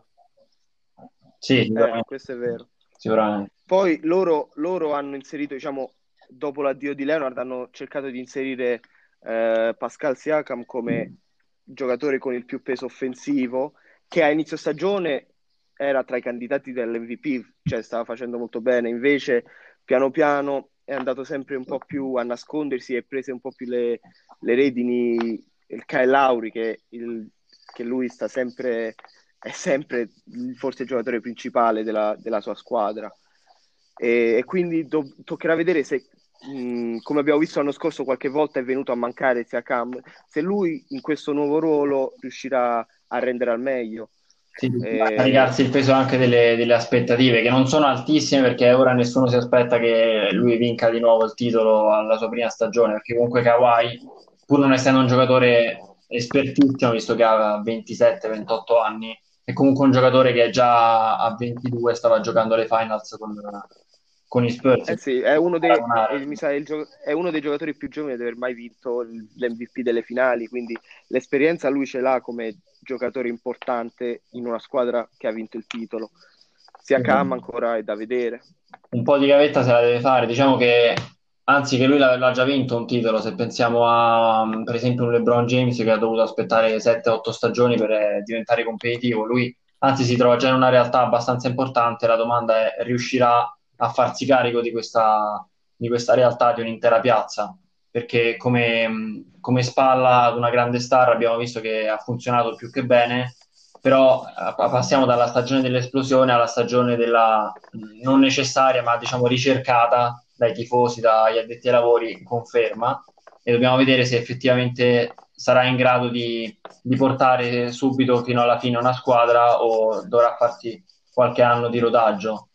B: Sì,
A: eh,
B: sicuramente.
A: questo è vero.
B: Sicuramente.
A: Poi loro, loro hanno inserito, diciamo, dopo l'addio di Leonard, hanno cercato di inserire eh, Pascal Siakam come giocatore con il più peso offensivo, che a inizio stagione era tra i candidati dell'M V P, cioè stava facendo molto bene. Invece, piano piano è andato sempre un po' più a nascondersi e prese un po' più le, le redini il Kyle Lowry, che, il, che lui sta sempre, è sempre forse il giocatore principale della, della sua squadra. E, e quindi do, toccherà vedere se, mh, come abbiamo visto l'anno scorso, qualche volta è venuto a mancare Siakam, se lui in questo nuovo ruolo riuscirà a rendere al meglio.
B: Sì, a
A: E,
B: caricarsi il peso anche delle, delle aspettative, che non sono altissime, perché ora nessuno si aspetta che lui vinca di nuovo il titolo alla sua prima stagione, perché comunque Kawhi, pur non essendo un giocatore espertissimo, visto che ha ventisette ventotto anni, è comunque un giocatore che già a ventidue stava giocando le finals con, con gli Spurs.
A: eh sì, è uno, dei,
B: Paragonare.
A: eh, mi sa, il gio- è uno dei giocatori più giovani ad aver mai vinto l'M V P delle finali, quindi l'esperienza lui ce l'ha come giocatore importante in una squadra che ha vinto il titolo. Siakam ancora è da vedere.
B: Un po' di gavetta se la deve fare, diciamo che anzi che lui l'ha, l'ha già vinto un titolo, se pensiamo a per esempio un LeBron James che ha dovuto aspettare sette otto stagioni per eh, diventare competitivo, lui anzi si trova già in una realtà abbastanza importante, la domanda è: riuscirà a farsi carico di questa, di questa realtà, di un'intera piazza? Perché come, come spalla ad una grande star abbiamo visto che ha funzionato più che bene, però eh, passiamo dalla stagione dell'esplosione alla stagione della mh, non necessaria, ma diciamo ricercata dai tifosi, dagli addetti ai lavori, conferma, e dobbiamo vedere se effettivamente sarà in grado di, di portare subito fino alla fine una squadra o dovrà farsi qualche anno di rodaggio.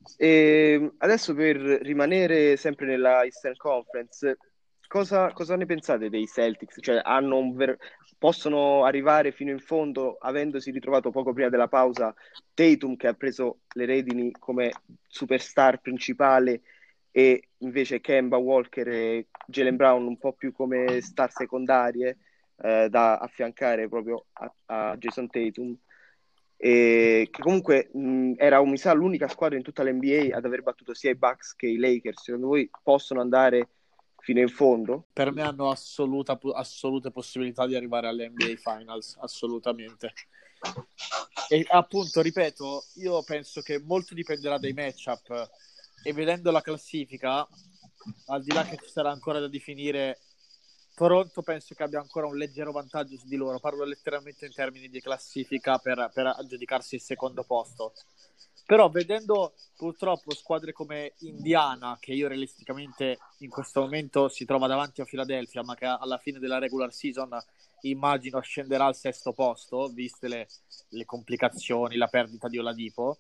A: E adesso per rimanere sempre nella Eastern Conference, cosa, cosa ne pensate dei Celtics? Cioè, hanno un ver- possono arrivare fino in fondo, avendosi ritrovato poco prima della pausa Tatum, che ha preso le redini come superstar principale, e invece Kemba Walker e Jaylen Brown un po' più come star secondarie, eh, da affiancare proprio a, a Jason Tatum, e che comunque mh, era mi sa l'unica squadra in tutta l'N B A ad aver battuto sia i Bucks che i Lakers. Secondo voi possono andare fino in fondo?
C: Per me hanno assoluta, assolute possibilità di arrivare alle N B A Finals, assolutamente. E appunto, ripeto, io penso che molto dipenderà dai matchup, e vedendo la classifica, al di là che ci sarà ancora da definire, Toronto penso che abbia ancora un leggero vantaggio su di loro. Parlo letteralmente in termini di classifica per, per aggiudicarsi il secondo posto. Però vedendo purtroppo squadre come Indiana, che io realisticamente in questo momento si trova davanti a Philadelphia, ma che alla fine della regular season immagino scenderà al sesto posto, viste le, le complicazioni, la perdita di Oladipo,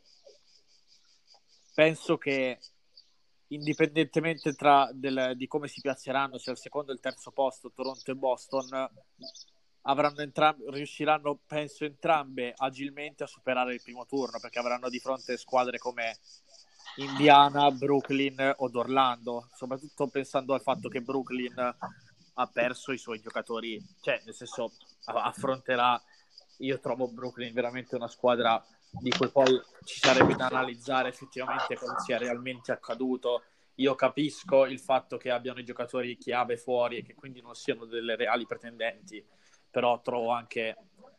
C: penso che indipendentemente tra del, di come si piazzeranno, sia il secondo e il terzo posto, Toronto e Boston avranno entrambi, riusciranno, penso, entrambe agilmente a superare il primo turno, perché avranno di fronte squadre come Indiana, Brooklyn o Orlando, soprattutto pensando al fatto che Brooklyn ha perso i suoi giocatori, cioè nel senso affronterà, io trovo Brooklyn veramente una squadra di cui poi ci sarebbe da analizzare effettivamente cosa sia realmente accaduto. Io capisco il fatto che abbiano i giocatori chiave fuori e che quindi non siano delle reali pretendenti, però trovo anche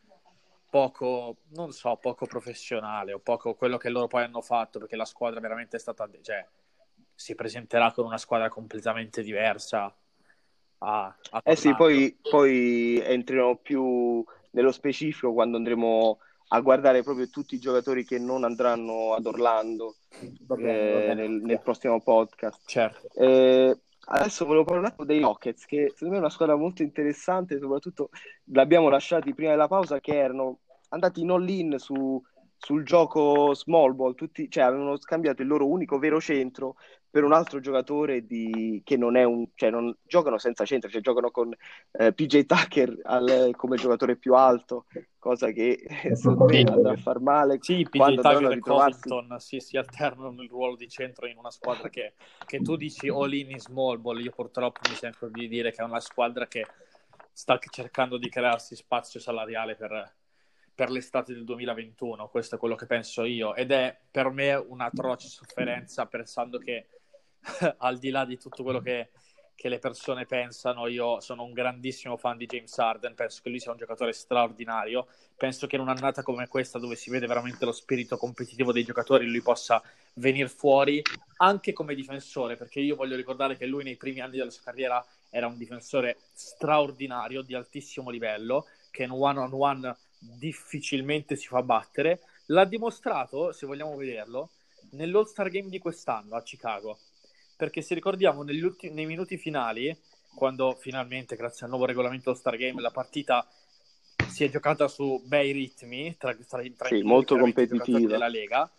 C: poco, non so, poco professionale o poco quello che loro poi hanno fatto, perché la squadra veramente è stata, cioè, si presenterà con una squadra completamente diversa a, a
A: Eh sì,
C: Orlando.
A: poi, poi entreremo più nello specifico quando andremo a guardare proprio tutti i giocatori che non andranno ad Orlando
C: Va bene, va
A: eh,
C: bene.
A: nel, nel prossimo podcast.
C: Certo.
A: Eh, adesso volevo parlare un attimo dei Rockets, che secondo me è una squadra molto interessante, soprattutto l'abbiamo lasciati prima della pausa, che erano andati in all-in su, sul gioco small ball, tutti, cioè avevano scambiato il loro unico vero centro per un altro giocatore di, che non è un, cioè non giocano senza centro, cioè giocano con eh, P J Tucker al- come giocatore più alto, cosa che secondo me andrà a far male
C: Sì, P J
A: quando andranno a
C: Tucker e
A: ritrovarsi.
C: Covington si, si alternano il ruolo di centro in una squadra che, che tu dici all in in small ball. Io purtroppo mi sento di dire che è una squadra che sta cercando di crearsi spazio salariale per, per l'estate del duemilaventuno. Questo è quello che penso io, ed è per me un'atroce sofferenza, pensando che al di là di tutto quello che, che le persone pensano, io sono un grandissimo fan di James Harden, penso che lui sia un giocatore straordinario, penso che in un'annata come questa, dove si vede veramente lo spirito competitivo dei giocatori, lui possa venire fuori anche come difensore, perché io voglio ricordare che lui nei primi anni della sua carriera era un difensore straordinario, di altissimo livello, che in one on one difficilmente si fa battere. L'ha dimostrato, se vogliamo vederlo, nell'All-Star Game di quest'anno a Chicago, perché se ricordiamo negli ultimi, nei minuti finali, quando finalmente grazie al nuovo regolamento All-Star Game la partita si è giocata su bei ritmi tra, tra, tra
A: Sì,
C: i migliori
A: molto
C: chiaramente giocatori
A: competitiva.
C: della Lega,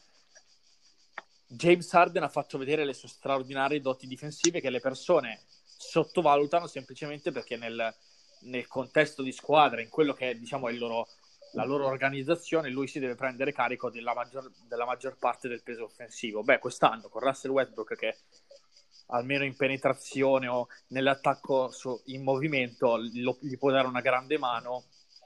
C: James Harden ha fatto vedere le sue straordinarie doti difensive che le persone sottovalutano semplicemente perché nel, nel contesto di squadra, in quello che è, diciamo, il loro, la loro organizzazione, lui si deve prendere carico della maggior, della maggior parte del peso offensivo. Beh, quest'anno con Russell Westbrook, che almeno in penetrazione o nell'attacco su, in movimento lo, gli può dare una grande mano,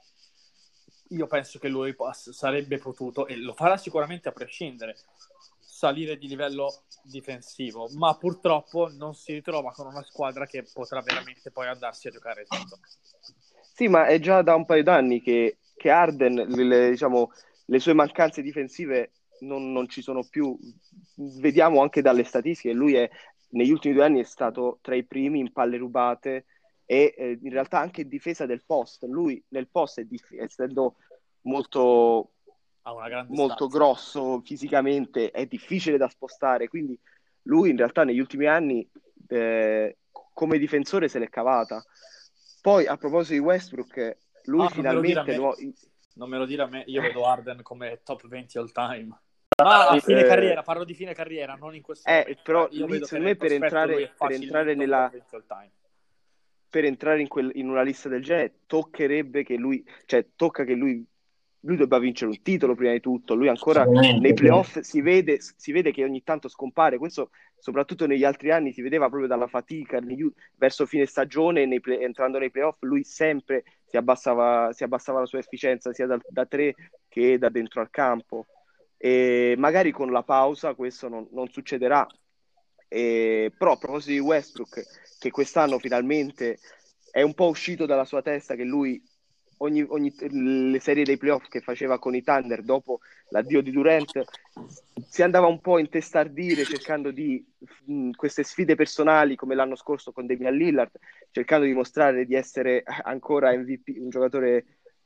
C: io penso che lui possa, sarebbe potuto, e lo farà sicuramente a prescindere, salire di livello difensivo, ma purtroppo non si ritrova con una squadra che potrà veramente poi andarsi a giocare il titolo.
A: Sì, ma è già da un paio d'anni che, che Harden, le, diciamo, le sue mancanze difensive non, non ci sono più. Vediamo anche dalle statistiche, lui è, negli ultimi due anni è stato tra i primi in palle rubate e eh, in realtà anche in difesa del post. Lui nel post è dif- essendo molto,
C: Ha una grande
A: molto
C: stazza.
A: grosso fisicamente, è difficile da spostare, quindi lui in realtà negli ultimi anni eh, come difensore se l'è cavata. Poi a proposito di Westbrook, lui
C: Ah, non me lo dire a
A: finalmente
C: me,
A: lo...
C: non me lo dire a me, io vedo Harden come top venti all time. Ma a fine carriera, parlo di fine carriera, non in questo
A: eh,
C: momento.
A: però
C: Io
A: lì
C: vedo che
A: secondo
C: nel
A: me per
C: prospetto lui è
A: entrare, per entrare
C: facilmente un
A: nella
C: top venti all time.
A: per entrare in, quel, in una lista del genere toccherebbe che lui, cioè tocca che lui, lui debba vincere un titolo prima di tutto. Lui ancora nei playoff si vede, si vede che ogni tanto scompare. Questo soprattutto negli altri anni si vedeva proprio dalla fatica negli, verso fine stagione, nei play, entrando nei playoff, lui sempre si abbassava, si abbassava la sua efficienza sia da, da tre che da dentro al campo. E magari con la pausa questo non, non succederà. E, però a proposito di Westbrook, che quest'anno finalmente è un po' uscito dalla sua testa che lui ogni, ogni, le serie dei playoff che faceva con i Thunder dopo l'addio di Durant, si andava un po' a intestardire cercando di mh, queste sfide personali come l'anno scorso con Damian Lillard, cercando di mostrare di essere ancora M V P, un giocatore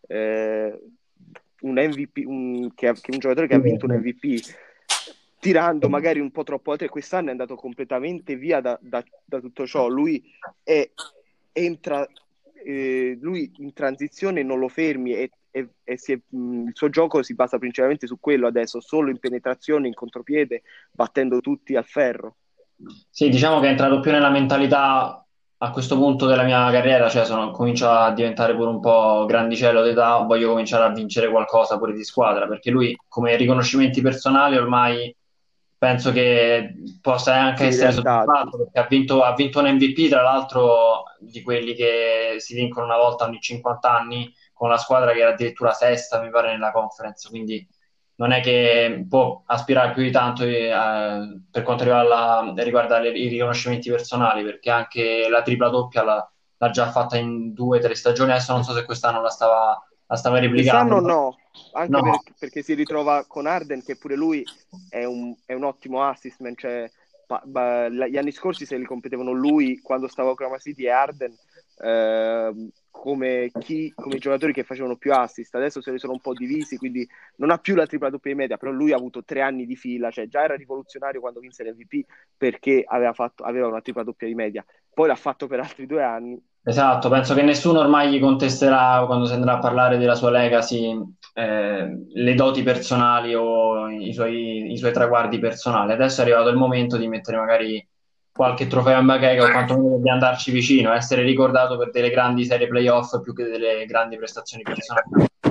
A: eh, un M V P, un, che, che un giocatore che ha vinto un M V P, tirando magari un po' troppo oltre. Quest'anno è andato completamente via da, da, da tutto ciò. Lui è, entra eh, lui in transizione non lo fermi e, e, e si è, mh, il suo gioco si basa principalmente su quello adesso, solo in penetrazione, in contropiede, battendo tutti al ferro.
B: Sì, diciamo che è entrato più nella mentalità a questo punto della mia carriera, cioè sono, comincio a diventare pure un po' grandicello d'età, voglio cominciare a vincere qualcosa pure di squadra, perché lui come riconoscimenti personali ormai penso che possa anche
A: Si è
B: essere
A: riadattato.
B: soddisfatto, perché ha vinto, ha vinto un M V P, tra l'altro di quelli che si vincono una volta ogni cinquanta anni, con la squadra che era addirittura sesta, mi pare, nella conference, quindi non è che può aspirare più di tanto eh, per quanto riguarda, la, riguarda le, i riconoscimenti personali, perché anche la tripla doppia l'ha, l'ha già fatta in due o tre stagioni, adesso non so se quest'anno la stava, la stava replicando.
A: Quest'anno no, anche
B: No,
A: per- perché si ritrova con Arden, che pure lui è un, è un ottimo assist man, cioè, pa- ba- la- gli anni scorsi se li competevano lui quando stava a Oklahoma City e Arden ehm, come, chi, come i giocatori che facevano più assist. Adesso se li sono un po' divisi, quindi non ha più la tripla doppia di media, però lui ha avuto tre anni di fila, cioè già era rivoluzionario quando vinse l'M V P perché aveva, fatto, aveva una tripla doppia di media, poi l'ha fatto per altri due anni.
B: esatto, penso che nessuno ormai gli contesterà quando si andrà a parlare della sua legacy eh, le doti personali o i suoi, i suoi traguardi personali. Adesso è arrivato il momento di mettere magari qualche trofeo in bacheca o quantomeno di andarci vicino, essere ricordato per delle grandi serie playoff più che delle grandi prestazioni personali.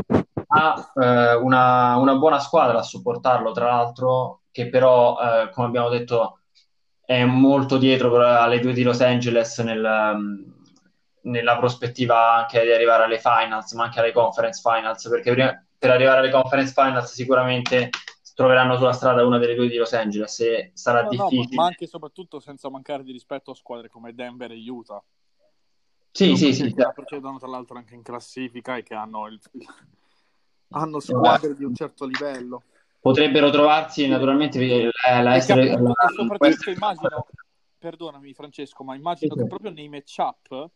B: Ha eh, una, una buona squadra a supportarlo, tra l'altro, che però, eh, come abbiamo detto, è molto dietro però alle due di Los Angeles nel, um, nella prospettiva anche di arrivare alle finals, ma anche alle conference finals, perché prima- per arrivare alle conference finals sicuramente troveranno sulla strada una delle due di Los Angeles e sarà
C: No, no, ma, ma
B: difficile.
C: anche e soprattutto senza mancare di rispetto a squadre come Denver e Utah, che,
B: Sì,
C: lo
B: sì,
C: prece-
B: sì,
C: che la precedono tra l'altro anche in classifica e che hanno, il- il- hanno squadre di un certo livello.
B: potrebbero trovarsi naturalmente la, la
C: E che
B: essere
C: appunto,
B: la,
C: e
B: la-
C: soprattutto immagino, perdonami Francesco, ma immagino che proprio nei matchup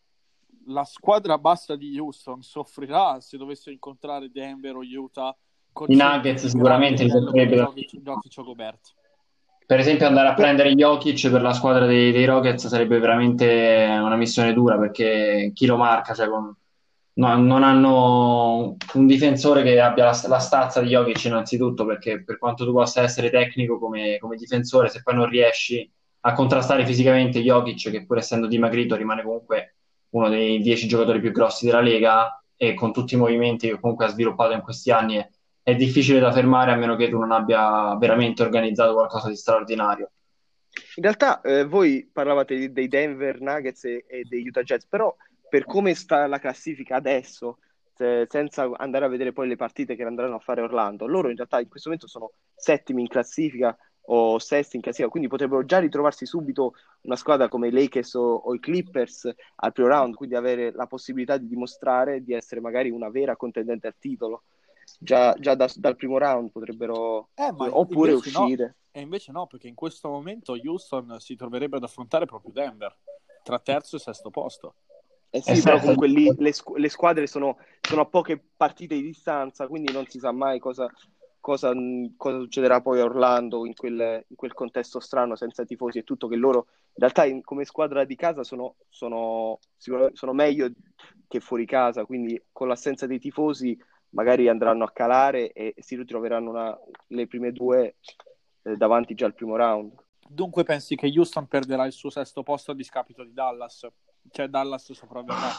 C: la squadra bassa di Houston soffrirà se dovesse incontrare Denver o Utah con
B: i
C: centri
B: Nuggets
C: di grande
B: sicuramente li
C: livello come
B: soffrirebbero.
C: Jokic, Jokic o Gobert.
B: Per esempio andare a
A: Beh,
B: prendere Jokic per la squadra dei, dei Rockets sarebbe veramente una missione dura perché chi lo marca, cioè con- no- non hanno un difensore che abbia la, la stazza di Jokic innanzitutto, perché per quanto tu possa essere tecnico come, come difensore, se poi non riesci a contrastare fisicamente Jokic, che pur essendo dimagrito rimane comunque uno dei dieci giocatori più grossi della Lega e con tutti i movimenti che comunque ha sviluppato in questi anni è è difficile da fermare a meno che tu non abbia veramente organizzato qualcosa di straordinario.
A: in realtà eh, voi parlavate di- dei Denver Nuggets e, e degli Utah Jazz, però per come sta la classifica adesso, se- senza andare a vedere poi le partite che andranno a fare Orlando, loro in realtà in questo momento sono settimi in classifica o sesti in classifica, quindi potrebbero già ritrovarsi subito una squadra come i Lakers o, o i Clippers al primo round, quindi avere la possibilità di dimostrare di essere magari una vera contendente al titolo. Già, già da- dal primo round potrebbero,
C: Eh, ma
A: oppure
C: invece no,
A: uscire.
C: e invece no, perché in questo momento Houston si troverebbe ad affrontare proprio Denver tra terzo e sesto posto.
A: Eh
B: È
A: sì, però
B: certo,
A: comunque lì le, squ- le squadre sono, sono a poche partite di distanza, quindi non si sa mai cosa, cosa, mh, cosa succederà poi a Orlando in quel, in quel contesto strano senza tifosi e tutto, che loro in realtà in- come squadra di casa sono, sono, sicuramente- sono meglio che fuori casa, quindi con l'assenza dei tifosi magari andranno a calare e si ritroveranno una- le prime due eh, davanti già al primo round.
C: Dunque pensi che Houston perderà il suo sesto posto a discapito di Dallas? Cioè Dallas sopravverrà?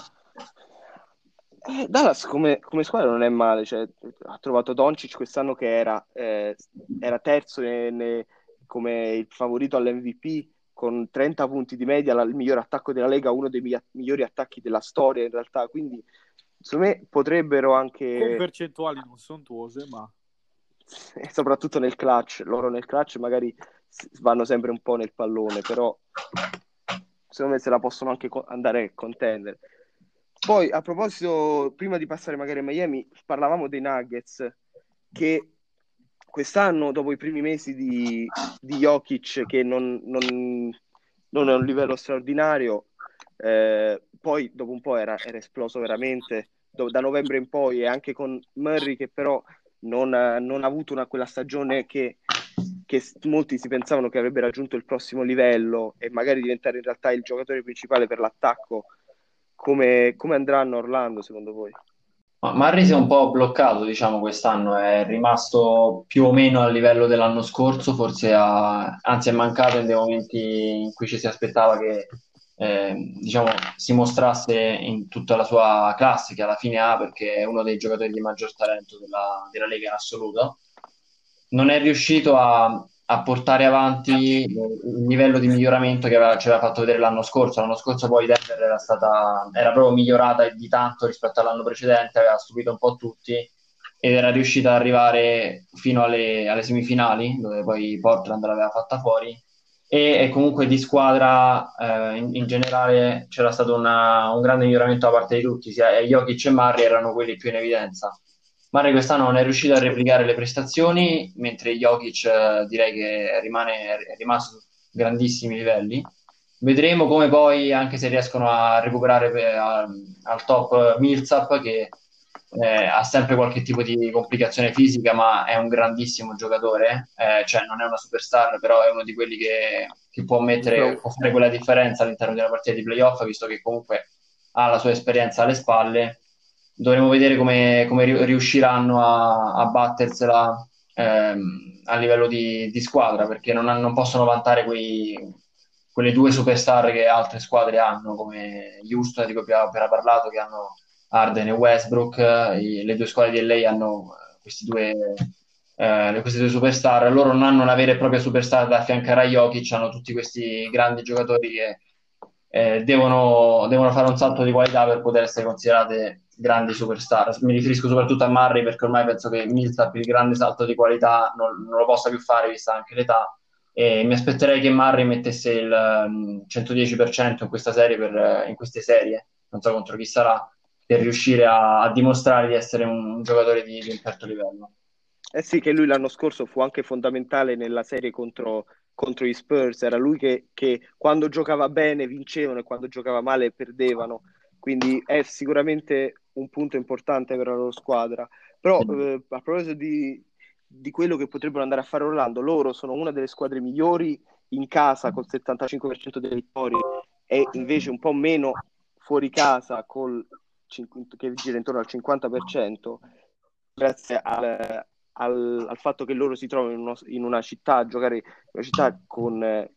A: Eh, Dallas come, come squadra non è male, cioè, ha trovato Doncic quest'anno che era, eh, era terzo ne- ne- come il favorito all'M V P con trenta punti di media, la- il miglior attacco della Lega, uno dei migli- migliori attacchi della storia in realtà, quindi secondo me potrebbero
C: Con
A: anche,
C: percentuali non sontuose, ma
A: e soprattutto nel clutch, loro nel clutch magari s- vanno sempre un po' nel pallone, però secondo me se la possono anche co- andare a contendere. Poi, a proposito, prima di passare magari a Miami, parlavamo dei Nuggets, che quest'anno, dopo i primi mesi di, di Jokic, che non, non, non è un livello straordinario, eh, poi dopo un po' era, era esploso veramente, do- da novembre in poi, e anche con Murray che però non ha, non ha avuto una, quella stagione che, che s- molti si pensavano che avrebbe raggiunto il prossimo livello e magari diventare in realtà il giocatore principale per l'attacco. Come, come andranno a Orlando secondo voi?
B: Ma Murray si è un po' bloccato, diciamo, quest'anno, è rimasto più o meno al livello dell'anno scorso, forse ha, anzi è mancato in dei momenti in cui ci si aspettava che eh, diciamo, si mostrasse in tutta la sua classe, che alla fine ha, perché è uno dei giocatori di maggior talento della, della Lega in assoluto. Non è riuscito a, a portare avanti il livello di miglioramento che aveva, ci aveva fatto vedere l'anno scorso. L'anno scorso poi Denver era stata, era proprio migliorata di tanto rispetto all'anno precedente, aveva stupito un po' tutti ed era riuscita ad arrivare fino alle, alle semifinali, dove poi Portland l'aveva fatta fuori. E, e comunque di squadra eh, in, in generale c'era stato una- un grande miglioramento da parte di tutti, sia Jokic e Murray erano quelli più in evidenza. Murray quest'anno non è riuscito a replicare le prestazioni, mentre Jokic eh, direi che rimane, è rimasto su grandissimi livelli. Vedremo come poi, anche se riescono a recuperare per- a- al top Millsap, che eh, ha sempre qualche tipo di complicazione fisica, ma è un grandissimo giocatore, eh, cioè non è una superstar, però è uno di quelli che, che può mettere,
A: Però
B: può fare quella differenza all'interno di una partita di playoff, visto che comunque ha la sua esperienza alle spalle. Dovremo vedere come, come ri- riusciranno a, a battersela ehm, a livello di, di squadra, perché non, non possono vantare quei, quelle due superstar che altre squadre hanno, come Houston, di cui abbiamo appena parlato, che hanno Harden e Westbrook. I- le due squadre di L A hanno eh, questi due, eh, queste due superstar. Loro non hanno una vera e propria superstar da affiancare a Jokic, hanno tutti questi grandi giocatori che eh, devono, devono fare un salto di qualità per poter essere considerate grandi superstar. Mi riferisco soprattutto a Murray, perché ormai penso che Millsap il grande salto di qualità non, non lo possa più fare, vista anche l'età. E mi aspetterei che Murray mettesse il um, centodieci per cento in questa serie per, eh, in queste serie, non so contro chi sarà, per riuscire a, a dimostrare di essere un, un giocatore di, di un certo livello.
A: eh sì, che lui l'anno scorso fu anche fondamentale nella serie contro, contro gli Spurs, era lui che, che quando giocava bene vincevano e quando giocava male perdevano, quindi è sicuramente un punto importante per la loro squadra. Però eh, a proposito di, di quello che potrebbero andare a fare Orlando, loro sono una delle squadre migliori in casa col settantacinque per cento delle vittorie e invece un po' meno fuori casa col, cin- che gira intorno al cinquanta per cento grazie al, al, al fatto che loro si trovano in, uno- in una città a giocare in una città con eh,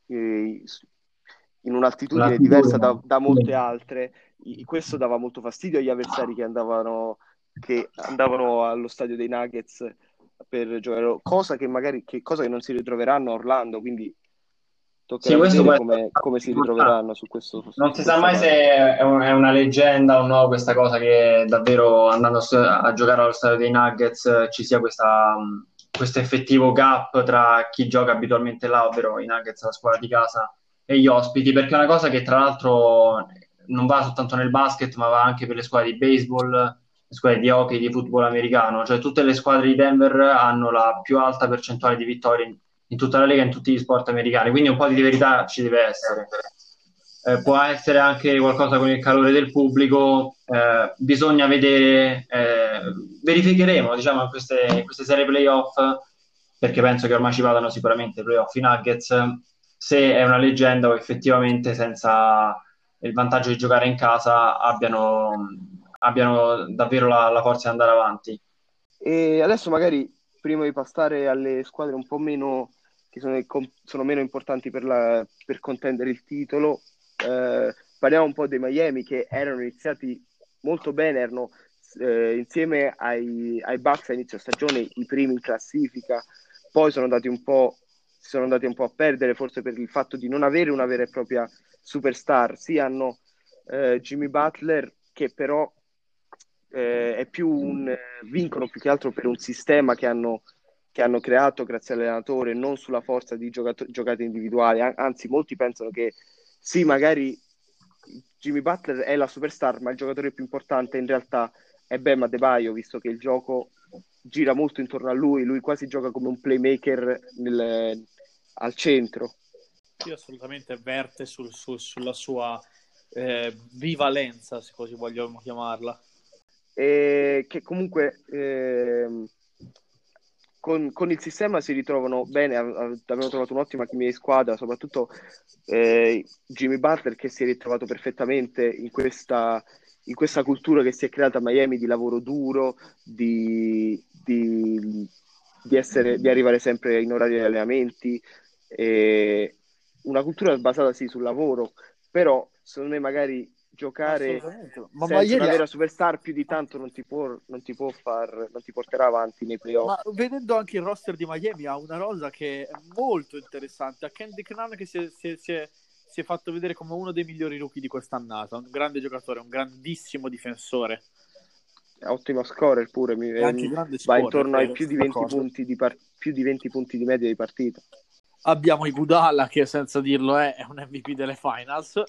A: in un'altitudine diversa da,
B: L'attitudine,
A: da molte
B: sì.
A: altre. I- questo dava molto fastidio agli avversari che andavano, che andavano allo stadio dei Nuggets per giocare, cosa che magari che, cosa che non si ritroveranno a Orlando, quindi
B: Sì,
A: toccherà
B: questo
A: vedere
B: può
A: come,
B: essere
A: come si
B: importante.
A: ritroveranno su, questo,
B: Non
A: su
B: si sa
A: questa
B: mai se
A: parte.
B: è, un- è una leggenda o no questa cosa che davvero andando a, st- a giocare allo stadio dei Nuggets eh, ci sia questa, mh, questo effettivo gap tra chi gioca abitualmente là, ovvero i Nuggets, la squadra di casa, e gli ospiti, perché è una cosa che tra l'altro non va soltanto nel basket, ma va anche per le squadre di baseball, le squadre di hockey, di football americano, cioè tutte le squadre di Denver hanno la più alta percentuale di vittorie in, in tutta la Lega, in tutti gli sport americani, quindi un po' di verità ci deve essere. Eh, può essere anche qualcosa con il calore del pubblico, eh, bisogna vedere, eh, verificheremo diciamo in queste, in queste serie playoff, perché penso che ormai ci vadano sicuramente playoff i Nuggets, se è una leggenda o effettivamente senza il vantaggio di giocare in casa abbiano, abbiano davvero la, la forza di andare avanti.
A: E adesso magari, prima di passare alle squadre un po' meno, che sono, sono meno importanti per, la, per contendere il titolo, eh, parliamo un po' dei Miami che erano iniziati molto bene, erano eh, insieme ai, ai Bucks a inizio stagione i primi in classifica, poi sono andati un po', si sono andati un po' a perdere, forse per il fatto di non avere una vera e propria superstar. Sì, hanno eh, Jimmy Butler, che però eh, è più un eh, vincono più che altro per un sistema che hanno, che hanno creato grazie all'allenatore, non sulla forza di giocato- giocate individuali. An- anzi, molti pensano che sì, magari Jimmy Butler è la superstar, ma il giocatore più importante in realtà è Bam Adebayo, visto che il gioco gira molto intorno a lui, lui quasi gioca come un playmaker nel, al centro.
C: Sì, assolutamente verte sul, sul, sulla sua eh, bivalenza, se così vogliamo chiamarla.
A: E che comunque ehm, con, con il sistema si ritrovano bene, abbiamo trovato un'ottima chimia di squadra, soprattutto eh, Jimmy Butler che si è ritrovato perfettamente in questa, in questa cultura che si è creata a Miami di lavoro duro, di, di, di, essere, di arrivare sempre in orario di allenamenti, e una cultura basata sì sul lavoro, però secondo me magari giocare
C: Ma
A: senza
C: Miami
A: una
C: ha-
A: vera superstar più di tanto non ti può, non ti può far, non ti porterà avanti nei playoff.
C: Ma vedendo anche il roster di Miami ha una rosa che è molto interessante. Ha Kendrick Nunn che si è, si è- si è- si è fatto vedere come uno dei migliori rookie di quest'annata. Un grande giocatore, un grandissimo difensore
A: È ottimo scorer pure, mi-
C: e anche
A: ehm,
C: grande
A: va
C: scorer,
A: intorno ai
C: vero?
A: più di
C: Sono
A: venti
C: d'accordo.
A: punti di, par- più di venti punti di media di partita.
C: Abbiamo Iguodala che senza dirlo è, è un M V P delle finals.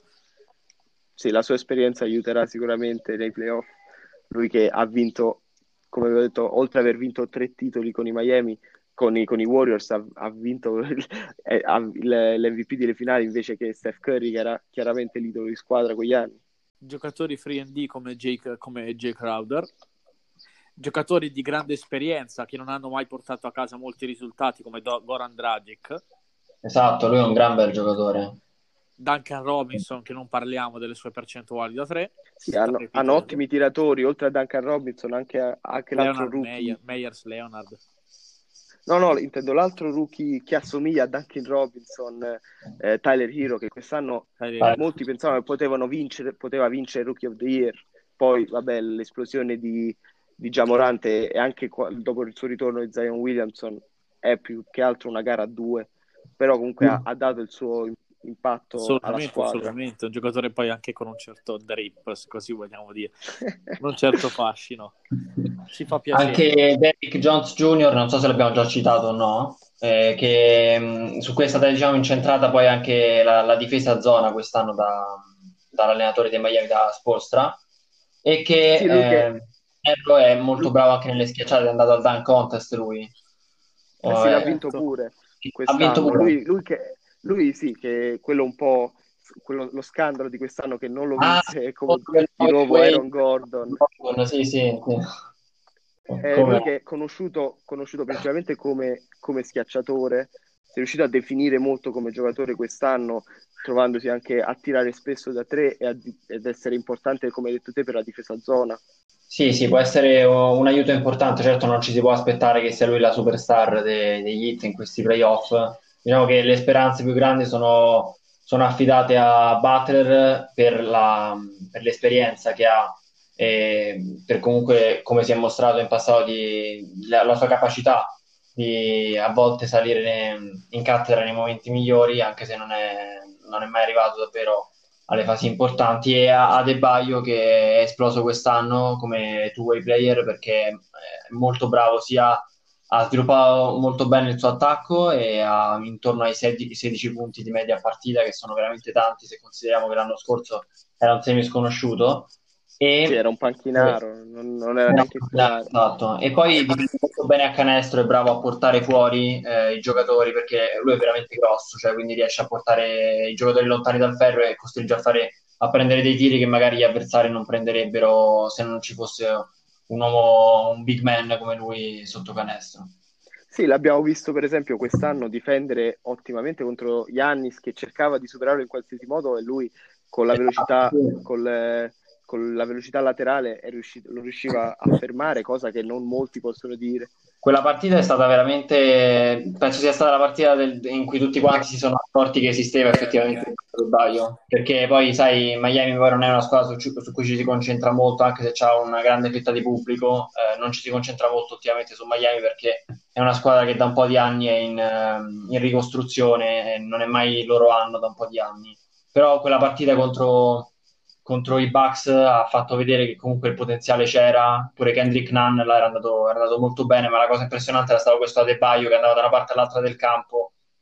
A: Sì, la sua esperienza aiuterà sicuramente nei playoff. Lui che ha vinto, come vi ho detto, oltre ad aver vinto tre titoli con i Miami, con i, con i Warriors, ha, ha vinto il- eh, ha- il- l'M V P delle finali invece che Steph Curry, che era chiaramente l'idolo di squadra quegli anni.
C: Giocatori free and D come Jake, come Jay Crowder. Giocatori di grande esperienza che non hanno mai portato a casa molti risultati come Do- Goran Dragic.
B: Esatto, lui è un gran bel giocatore.
C: Duncan Robinson, che non parliamo delle sue percentuali da tre,
A: Sì, hanno, hanno
C: strepitose.
A: ottimi tiratori, oltre a Duncan Robinson, anche, anche l'altro
C: Leonard
A: rookie.
C: Meyer, Meyers Leonard.
A: No, no, intendo l'altro rookie che assomiglia a Duncan Robinson, eh, Tyler Hero, che quest'anno
B: Eh,
A: molti pensavano che potevano vincere, poteva vincere Rookie of the Year. Poi, vabbè, l'esplosione di, di Ja Morant e e anche qua- dopo il suo ritorno di Zion Williamson è più che altro una gara a due, però comunque ha, ha dato il suo impatto alla
C: Assolutamente,
A: squadra.
C: assolutamente. Un giocatore poi anche con un certo drip, se così vogliamo dire. Un certo fascino. Ci fa piacere.
B: Anche Derrick Jones Junior, non so se l'abbiamo già citato o no, eh, che mh, su cui è stata diciamo incentrata poi anche la, la difesa a zona quest'anno da- dall'allenatore dei Miami, da Spoelstra, e che
A: Sì, lui che...
B: eh, Erro è molto
A: lui-
B: bravo anche nelle schiacciate, è andato al dunk contest lui.
A: Eh
B: Oh,
A: sì, l'ha
B: eh,
A: vinto
C: Certo.
A: pure
B: ha vinto
A: quest'anno.
B: pure.
A: Lui, lui, che, lui sì, che quello un po', quello- lo scandalo di quest'anno che non lo
B: Ah,
A: vinse è come
B: contro il
A: di nuovo
B: Wade,
A: Aaron Gordon.
B: Gordon, sì, sì, sì.
A: Eh,
B: Come
A: lui
B: no?
A: che è conosciuto, conosciuto principalmente come, come schiacciatore, si è riuscito a definire molto come giocatore quest'anno, trovandosi anche a tirare spesso da tre e a di- ed essere importante, come hai detto te, per la difesa a zona.
B: Sì, sì, può essere uh, un aiuto importante. Certo, non ci si può aspettare che sia lui la superstar de- degli Heat in questi playoff. Diciamo che le speranze più grandi sono, sono affidate a Butler per la- per l'esperienza che ha e per comunque, come si è mostrato in passato, di- la, la sua capacità di a volte salire ne- in cattedra nei momenti migliori, anche se non è, non è mai arrivato davvero alle fasi importanti, e a Adebayo che è esploso quest'anno come two-way player perché è molto bravo, sia ha sviluppato molto bene il suo attacco e ha intorno ai sedici, sedici punti di media a partita, che sono veramente tanti se consideriamo che l'anno scorso era un semi sconosciuto.
A: Sì,
B: E
A: era un panchinaro, non, non era
B: No,
A: neanche titolare.
B: esatto. E poi difende molto bene a canestro, è bravo a portare fuori eh, i giocatori perché lui è veramente grosso, cioè quindi riesce a portare i giocatori lontani dal ferro e costringe a fare a prendere dei tiri che magari gli avversari non prenderebbero se non ci fosse un uomo, un big man come lui sotto canestro.
A: Sì, l'abbiamo visto per esempio quest'anno difendere ottimamente contro Giannis che cercava di superarlo in qualsiasi modo e lui con la
B: Esatto,
A: velocità,
B: sì.
A: col- con la velocità laterale è riuscito- lo riusciva a fermare, cosa che non molti possono dire.
B: Quella partita è stata veramente, penso sia stata la partita del- in cui tutti quanti si sono accorti che esisteva effettivamente il Adebayo, perché poi sai, Miami poi non è una squadra su, su cui ci si concentra molto, anche se c'ha una grande fetta di pubblico, eh, non ci si concentra molto ultimamente su Miami perché è una squadra che da un po' di anni è in, ehm, in ricostruzione e non è mai il loro anno da un po' di anni. Però quella partita contro contro i Bucks ha fatto vedere che comunque il potenziale c'era, pure Kendrick Nunn là era andato, era andato molto bene, ma la cosa impressionante era stato questo Adebayo che andava da una parte all'altra del campo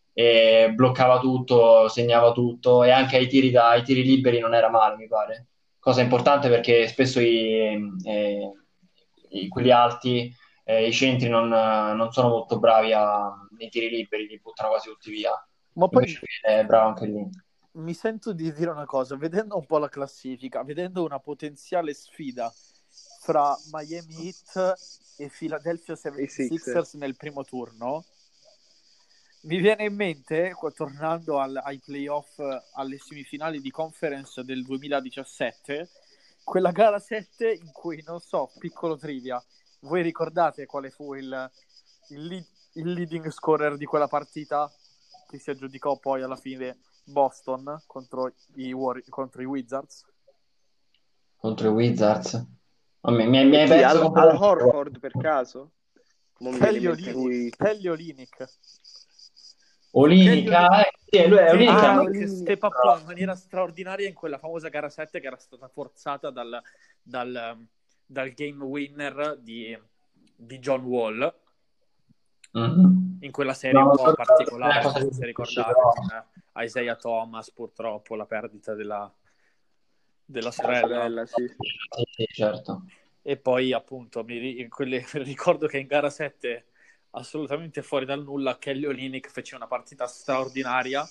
B: e bloccava tutto, segnava tutto e anche ai tiri, da, ai tiri liberi non era male, mi pare. Cosa importante perché spesso i, eh, i- quelli alti, eh, i centri non, non sono molto bravi a, nei tiri liberi, li buttano quasi tutti via.
D: Ma poi
B: Invece è bravo anche lì.
D: mi sento di dire una cosa, vedendo un po' la classifica, vedendo una potenziale sfida fra Miami Heat e Philadelphia
A: I
D: settantasei
A: Sixers.
D: ers nel primo turno, mi viene in mente, qua- tornando al- ai playoff, alle semifinali di conference del duemiladiciassette, quella gara sette in cui, non so, piccolo trivia, voi ricordate quale fu il, il, lead- il leading scorer di quella partita che si aggiudicò poi alla fine Boston contro i, War- contro i Wizards?
B: Contro i Wizards. Oh, mi, mi, mi
A: E
B: hai
A: chi?
B: perso
A: Al, Al
B: completamente.
A: Horford per caso? Non mi viene in
D: Kelly
A: mente lui.
D: Olynyk, Kelly Olynyk.
B: Olinica, eh, sì, lui è
D: Kelly
B: Olinica.
A: Ah,
D: Olynyk
A: Olynyk.
D: step up in maniera straordinaria in quella famosa gara sette che era stata forzata dal, dal, dal game winner di, di John Wall
B: Mhm.
D: in quella serie
B: No,
D: un
B: non
D: po'
B: so
D: particolare,
B: cosa
D: non so
B: che
D: se
B: dici,
D: ricordate,
B: però.
D: con Isaiah Thomas, purtroppo la perdita della, della
A: La
D: sorella.
A: sorella, sì.
B: Sì, sì, certo.
D: E poi appunto mi ri- in quelle- ricordo che in gara sette, assolutamente fuori dal nulla, Kelly Olynyk fece una partita straordinaria.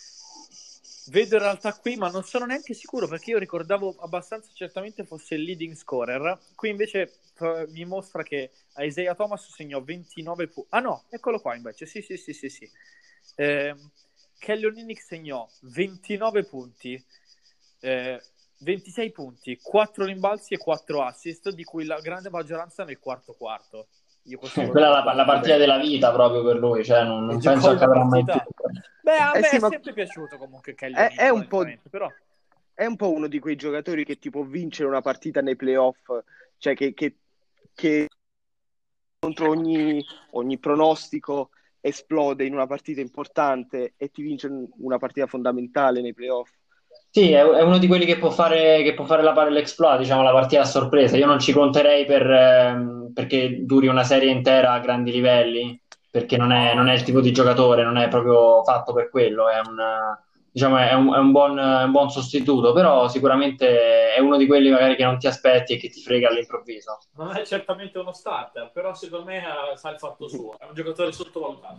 D: Vedo in realtà qui, ma non sono neanche sicuro perché io ricordavo abbastanza certamente fosse il leading scorer. Qui invece eh, mi mostra che Isaiah Thomas segnò ventinove punti. Ah no, eccolo qua invece. Sì, sì, sì, sì, sì. Eh, Kelly Olynyk segnò ventinove punti, eh, ventisei punti, quattro rimbalzi e quattro assist, di cui la grande maggioranza nel quarto quarto. Io questo lo
B: Quella è
D: ricordo
B: la, la
D: molto
B: partita
D: bene.
B: della vita proprio per lui, cioè non,
D: E
B: non
D: giocò
B: penso
D: una
B: accadrà mai più.
D: partita. Beh, a
A: Eh
D: me
A: sì,
D: è
A: ma
D: sempre piaciuto comunque Kelly
A: è, è
D: Olynyk,
A: un po',
D: onestamente, però
A: è un po' uno di quei giocatori che ti può vincere una partita nei playoff, cioè che, che, che contro ogni, ogni pronostico esplode in una partita importante e ti vince una partita fondamentale nei playoff.
B: Sì, è, è uno di quelli che può fare, che può fare la pari l'exploit, diciamo, la partita a sorpresa. Io non ci conterei per, ehm, perché duri una serie intera a grandi livelli, perché non è, non è il tipo di giocatore, non è proprio fatto per quello, è un, diciamo, è un, è un buon, è un buon sostituto, però sicuramente è uno di quelli magari che non ti aspetti e che ti frega all'improvviso.
C: Non è certamente uno starter, però secondo me eh, sa il fatto suo. È un giocatore sottovalutato.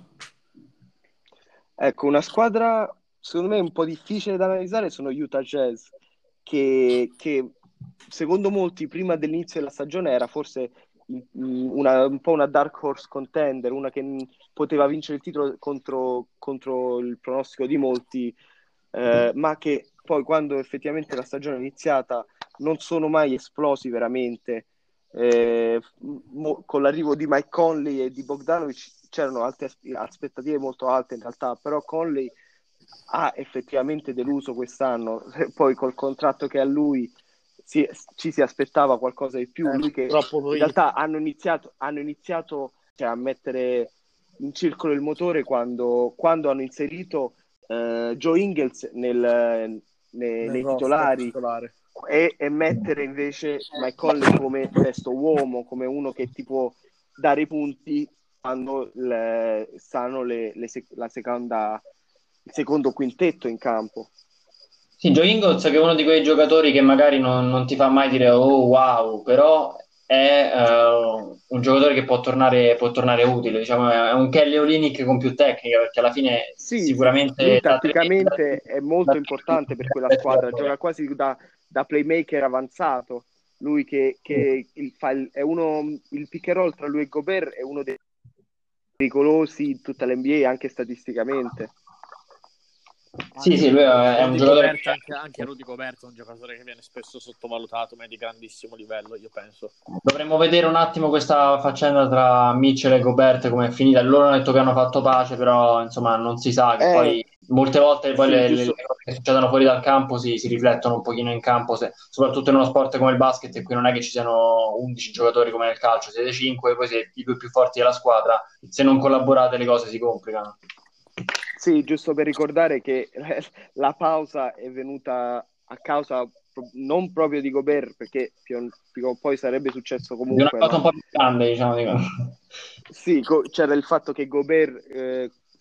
A: Ecco, una squadra secondo me un po' difficile da analizzare sono Utah Jazz, che, che secondo molti prima dell'inizio della stagione era forse una, un po' una dark horse contender, una che poteva vincere il titolo contro, contro il pronostico di molti, eh, ma che poi quando effettivamente la stagione è iniziata non sono mai esplosi veramente. Eh, mo- con l'arrivo di Mike Conley e di Bogdanovic c'erano alte asp- aspettative molto alte in realtà, però Conley ha effettivamente deluso quest'anno. Poi col contratto che ha lui si- ci si aspettava qualcosa di più.
D: eh,
A: Lui che
D: purtroppo
A: in
D: poi
A: realtà hanno iniziato, hanno iniziato cioè, a mettere in circolo il motore quando, quando hanno inserito eh, Joe Ingles nel, nei,
D: nel
A: nei
D: roster
A: titolari
D: titolare.
A: e, e mettere invece Mike Conley come sesto uomo, come uno che ti può dare i punti quando le, stanno le, le sec- la seconda, il secondo quintetto in campo.
B: Sì, Joe Ingles che è uno di quei giocatori che magari non, non ti fa mai dire oh wow, però è eh, un giocatore che può tornare, può tornare utile, diciamo, è un Kelly Olynyk con più tecnica, perché alla fine
A: Sì, lui
B: sicuramente da tre, da
A: tatticamente è
B: da
A: molto
B: tre-
A: importante per quella squadra, gioca quasi da, da playmaker avanzato. Lui che, che il, fa il- è uno, il pick and roll tra lui e Gobert è uno dei pericolosi in tutta l'N B A anche statisticamente.
B: Sì,
D: Anche
B: sì, lui è, è un
D: Rudy
B: giocatore
D: Gobert, anche, anche
B: che
D: Rudy Gobert è un giocatore che viene spesso sottovalutato, ma è di grandissimo livello, io penso.
B: dovremmo vedere un attimo questa faccenda tra Mitchell e Gobert come è finita. Loro hanno detto che hanno fatto pace, però insomma non si sa che
A: Eh,
B: poi molte volte poi
A: sì,
B: le, le- le
A: giusto.
B: cose che succedono fuori dal campo si, si riflettono un pochino in campo, se- soprattutto in uno sport come il basket, in cui non è che ci siano undici giocatori come nel calcio, siete cinque, poi siete i due più forti della squadra, se non collaborate le cose si complicano.
A: Sì, giusto per ricordare che la pausa è venuta a causa pro- non proprio di Gobert, perché più, prima o poi sarebbe successo
B: Di una
A: comunque,
B: cosa
A: ma
B: un po' più grande, diciamo. Dico.
A: sì, co- c'era il fatto che Gobert eh,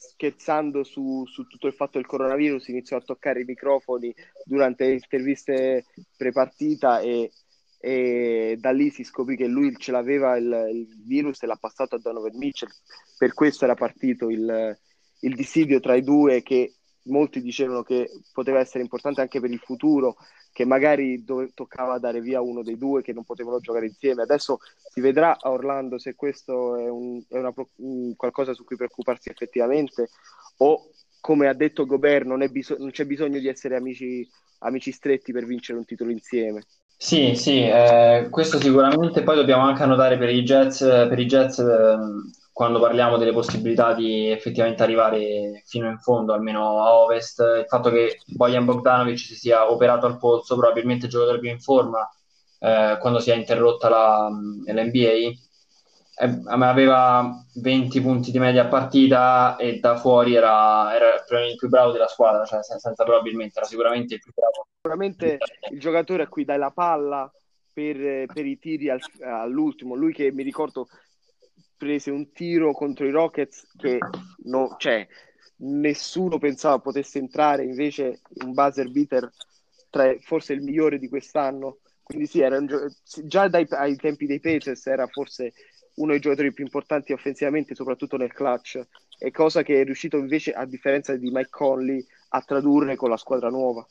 A: scherzando su, su tutto il fatto del coronavirus, iniziò a toccare i microfoni durante le interviste pre-partita e, e da lì si scoprì che lui ce l'aveva il, il virus e l'ha passato a Donovan Mitchell. Per questo era partito il, il dissidio tra i due, che molti dicevano che poteva essere importante anche per il futuro, che magari dove, toccava dare via uno dei due, che non potevano giocare insieme. Adesso si vedrà a Orlando se questo è, un, è una, un qualcosa su cui preoccuparsi effettivamente, o come ha detto Gobert non, è bis- non c'è bisogno di essere amici, amici stretti per vincere un titolo insieme.
B: Sì, sì, eh, questo sicuramente. Poi dobbiamo anche annotare per i Jets, per i Jets ehm, quando parliamo delle possibilità di effettivamente arrivare fino in fondo, almeno a Ovest, il fatto che Bojan Bogdanovic si sia operato al polso, probabilmente il giocatore più in forma eh, quando si è interrotta la, l'N B A, eh, aveva venti punti di media a partita e da fuori era, era probabilmente il più bravo della squadra, cioè sen- senza probabilmente, era sicuramente il più bravo.
A: Sicuramente il giocatore a cui dai la palla per, per i tiri al- all'ultimo, lui che mi ricordo prese un tiro contro i Rockets che no, cioè, nessuno pensava potesse entrare, invece un buzzer beater tra, forse il migliore di quest'anno. Quindi sì, era un gio- già dai, ai tempi dei Pacers era forse uno dei giocatori più importanti offensivamente, soprattutto nel clutch, e cosa che è riuscito invece, a differenza di Mike Conley, a tradurre con la squadra nuova.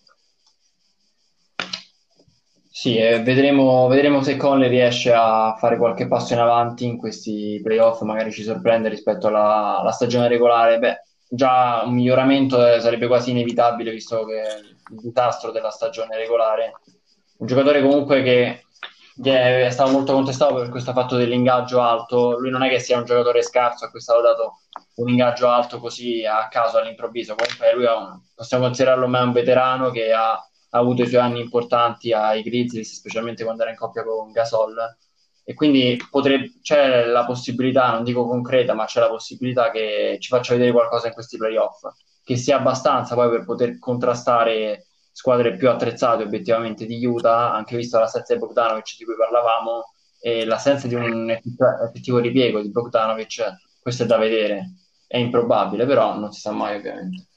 B: Sì, eh, vedremo, vedremo se Conley riesce a fare qualche passo in avanti in questi playoff, magari ci sorprende rispetto alla, alla stagione regolare. Beh, già un miglioramento eh, sarebbe quasi inevitabile, visto che il disastro della stagione regolare. Un giocatore comunque che gli è, è stato molto contestato per questo fatto dell'ingaggio alto. Lui non è che sia un giocatore scarso a cui è stato dato un ingaggio alto così a caso all'improvviso. Comunque lui è un- possiamo considerarlo ormai un veterano che ha ha avuto i suoi anni importanti ai Grizzlies, specialmente quando era in coppia con Gasol, e quindi potrebbe, c'è la possibilità, non dico concreta, ma c'è la possibilità che ci faccia vedere qualcosa in questi playoff, che sia abbastanza poi per poter contrastare squadre più attrezzate obiettivamente di Utah, anche visto l'assenza di Bogdanovic di cui parlavamo e l'assenza di un effettivo ripiego di Bogdanovic. Questo è da vedere, è improbabile, però non si sa mai ovviamente.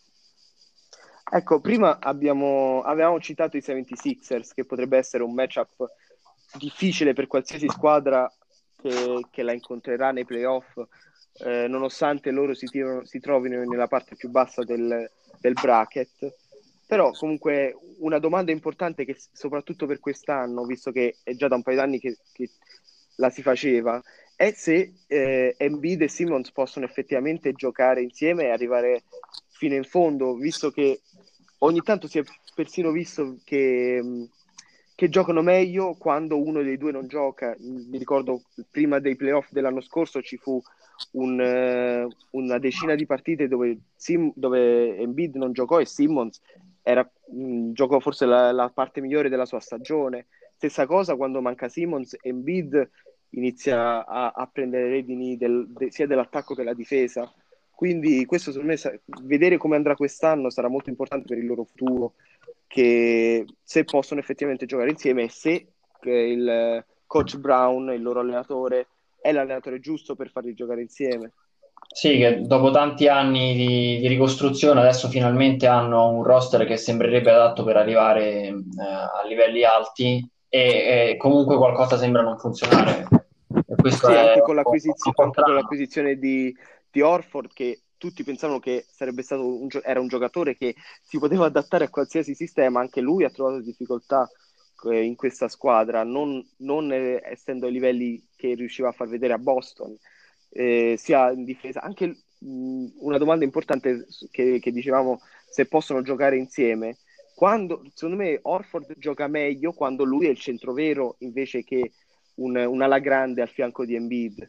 A: Ecco, prima abbiamo, avevamo citato i settantasei ers, che potrebbe essere un matchup difficile per qualsiasi squadra che, che la incontrerà nei playoff, eh, nonostante loro si, tirano, si trovino nella parte più bassa del, del bracket. Però comunque una domanda importante, che soprattutto per quest'anno, visto che è già da un paio d'anni che, che la si faceva, è se eh, Embiid e Simmons possono effettivamente giocare insieme e arrivare fino in fondo, visto che ogni tanto si è persino visto che, che giocano meglio quando uno dei due non gioca. Mi ricordo prima dei playoff dell'anno scorso ci fu un, eh, una decina di partite dove, Sim, dove Embiid non giocò e Simmons era, mh, giocò forse la, la parte migliore della sua stagione. Stessa cosa quando manca Simmons, Embiid inizia a, a prendere le redini del, de, sia dell'attacco che della difesa. Quindi questo secondo me, sa- vedere come andrà quest'anno sarà molto importante per il loro futuro, che se possono effettivamente giocare insieme e se eh, il coach Brown, il loro allenatore, è l'allenatore giusto per farli giocare insieme.
B: Sì, che dopo tanti anni di, di ricostruzione adesso finalmente hanno un roster che sembrerebbe adatto per arrivare eh, a livelli alti e, e comunque qualcosa sembra non funzionare. E questo
A: Sì,
B: è
A: anche
B: un
A: con
B: po', un
A: l'acquisizio-
B: po'
A: anche con
B: strano.
A: l'acquisizione di, di Horford, che tutti pensavano che sarebbe stato un, gio- era un giocatore che si poteva adattare a qualsiasi sistema. Anche lui ha trovato difficoltà eh, in questa squadra, non, non eh, essendo ai livelli che riusciva a far vedere a Boston, eh, sia in difesa. Anche mh, una domanda importante su- che, che dicevamo, se possono giocare insieme. Quando, secondo me Horford gioca meglio quando lui è il centrovero invece che un, un'ala grande al fianco di Embiid.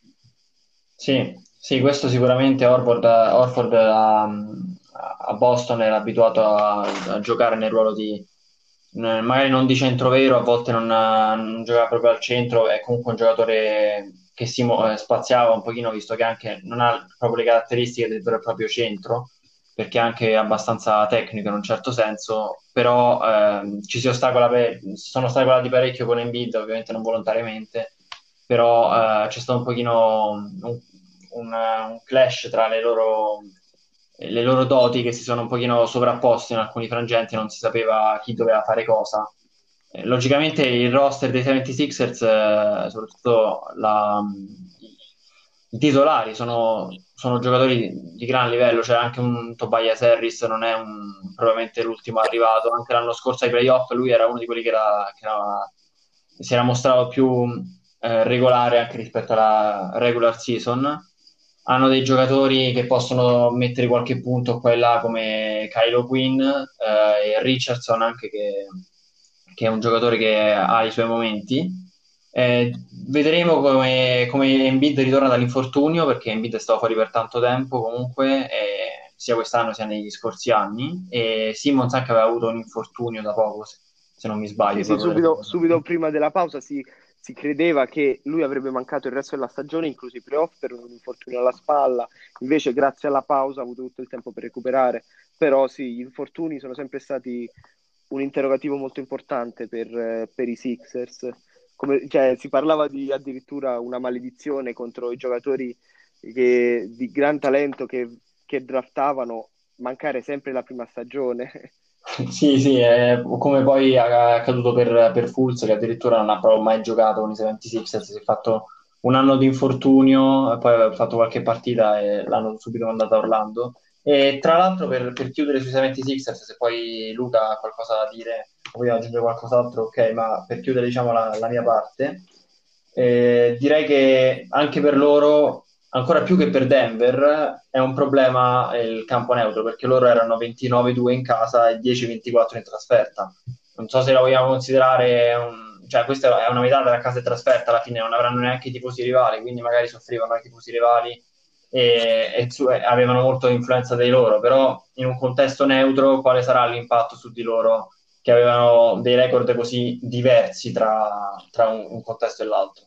B: Sì, sì, questo sicuramente Horford, Horford a, a Boston era abituato a, a giocare nel ruolo di, magari non di centrovero, a volte non, non giocava proprio al centro, è comunque un giocatore che si mo- eh, spaziava un pochino, visto che anche non ha proprio le caratteristiche del vero e proprio centro, perché è anche abbastanza tecnico in un certo senso, però ehm, ci si ostacola per- si sono ostacolati parecchio con Embiid, ovviamente non volontariamente, però eh, c'è stato un pochino un- un, un clash tra le loro, le loro doti che si sono un pochino sovrapposti in alcuni frangenti, non si sapeva chi doveva fare cosa. Eh, logicamente il roster dei settantasei ers, eh, soprattutto la, i titolari, sono, sono giocatori di, di gran livello. C'è anche un Tobias Harris, non è un, probabilmente l'ultimo arrivato. Anche l'anno scorso ai playoff lui era uno di quelli che, era, che era, si era mostrato più eh, regolare anche rispetto alla regular season. Hanno dei giocatori che possono mettere qualche punto qua e là, come Kylo Quinn eh, e Richardson anche, che, che è un giocatore che ha i suoi momenti. Eh, vedremo come, come Embiid ritorna dall'infortunio, perché Embiid è stato fuori per tanto tempo comunque, eh, sia quest'anno sia negli scorsi anni, e Simmons anche aveva avuto un infortunio da poco, se, se non mi
A: Sì,
B: sbaglio.
A: sì,
B: proprio
A: subito,
B: delle-
A: subito prima della pausa si, si credeva che lui avrebbe mancato il resto della stagione, inclusi i playoff, per un infortunio alla spalla. Invece, grazie alla pausa, ha avuto tutto il tempo per recuperare. Però sì, gli infortuni sono sempre stati un interrogativo molto importante per, eh, per i Sixers. Come, cioè, si parlava di addirittura una maledizione contro i giocatori che- di gran talento che, che draftavano, mancare sempre la prima stagione.
B: Sì, sì, è come poi è accaduto per, per Fulz, che addirittura non ha proprio mai giocato con i settantasei ers, si è fatto un anno di infortunio, e poi ha fatto qualche partita e l'hanno subito mandato a Orlando. E tra l'altro, per, per chiudere sui settantasei ers, se poi Luca ha qualcosa da dire o vogliamo aggiungere qualcos'altro, ok, ma per chiudere, diciamo, la, la mia parte, eh, direi che anche per loro, ancora più che per Denver, è un problema il campo neutro, perché loro erano ventinove due in casa e dieci ventiquattro in trasferta. Non so se la vogliamo considerare un... cioè questa è una metà della casa in trasferta, alla fine non avranno neanche i tifosi rivali, quindi magari soffrivano i tifosi rivali e, e su- e avevano molto influenza dei loro. Però in un contesto neutro quale sarà l'impatto su di loro, che avevano dei record così diversi tra, tra un, un contesto e l'altro?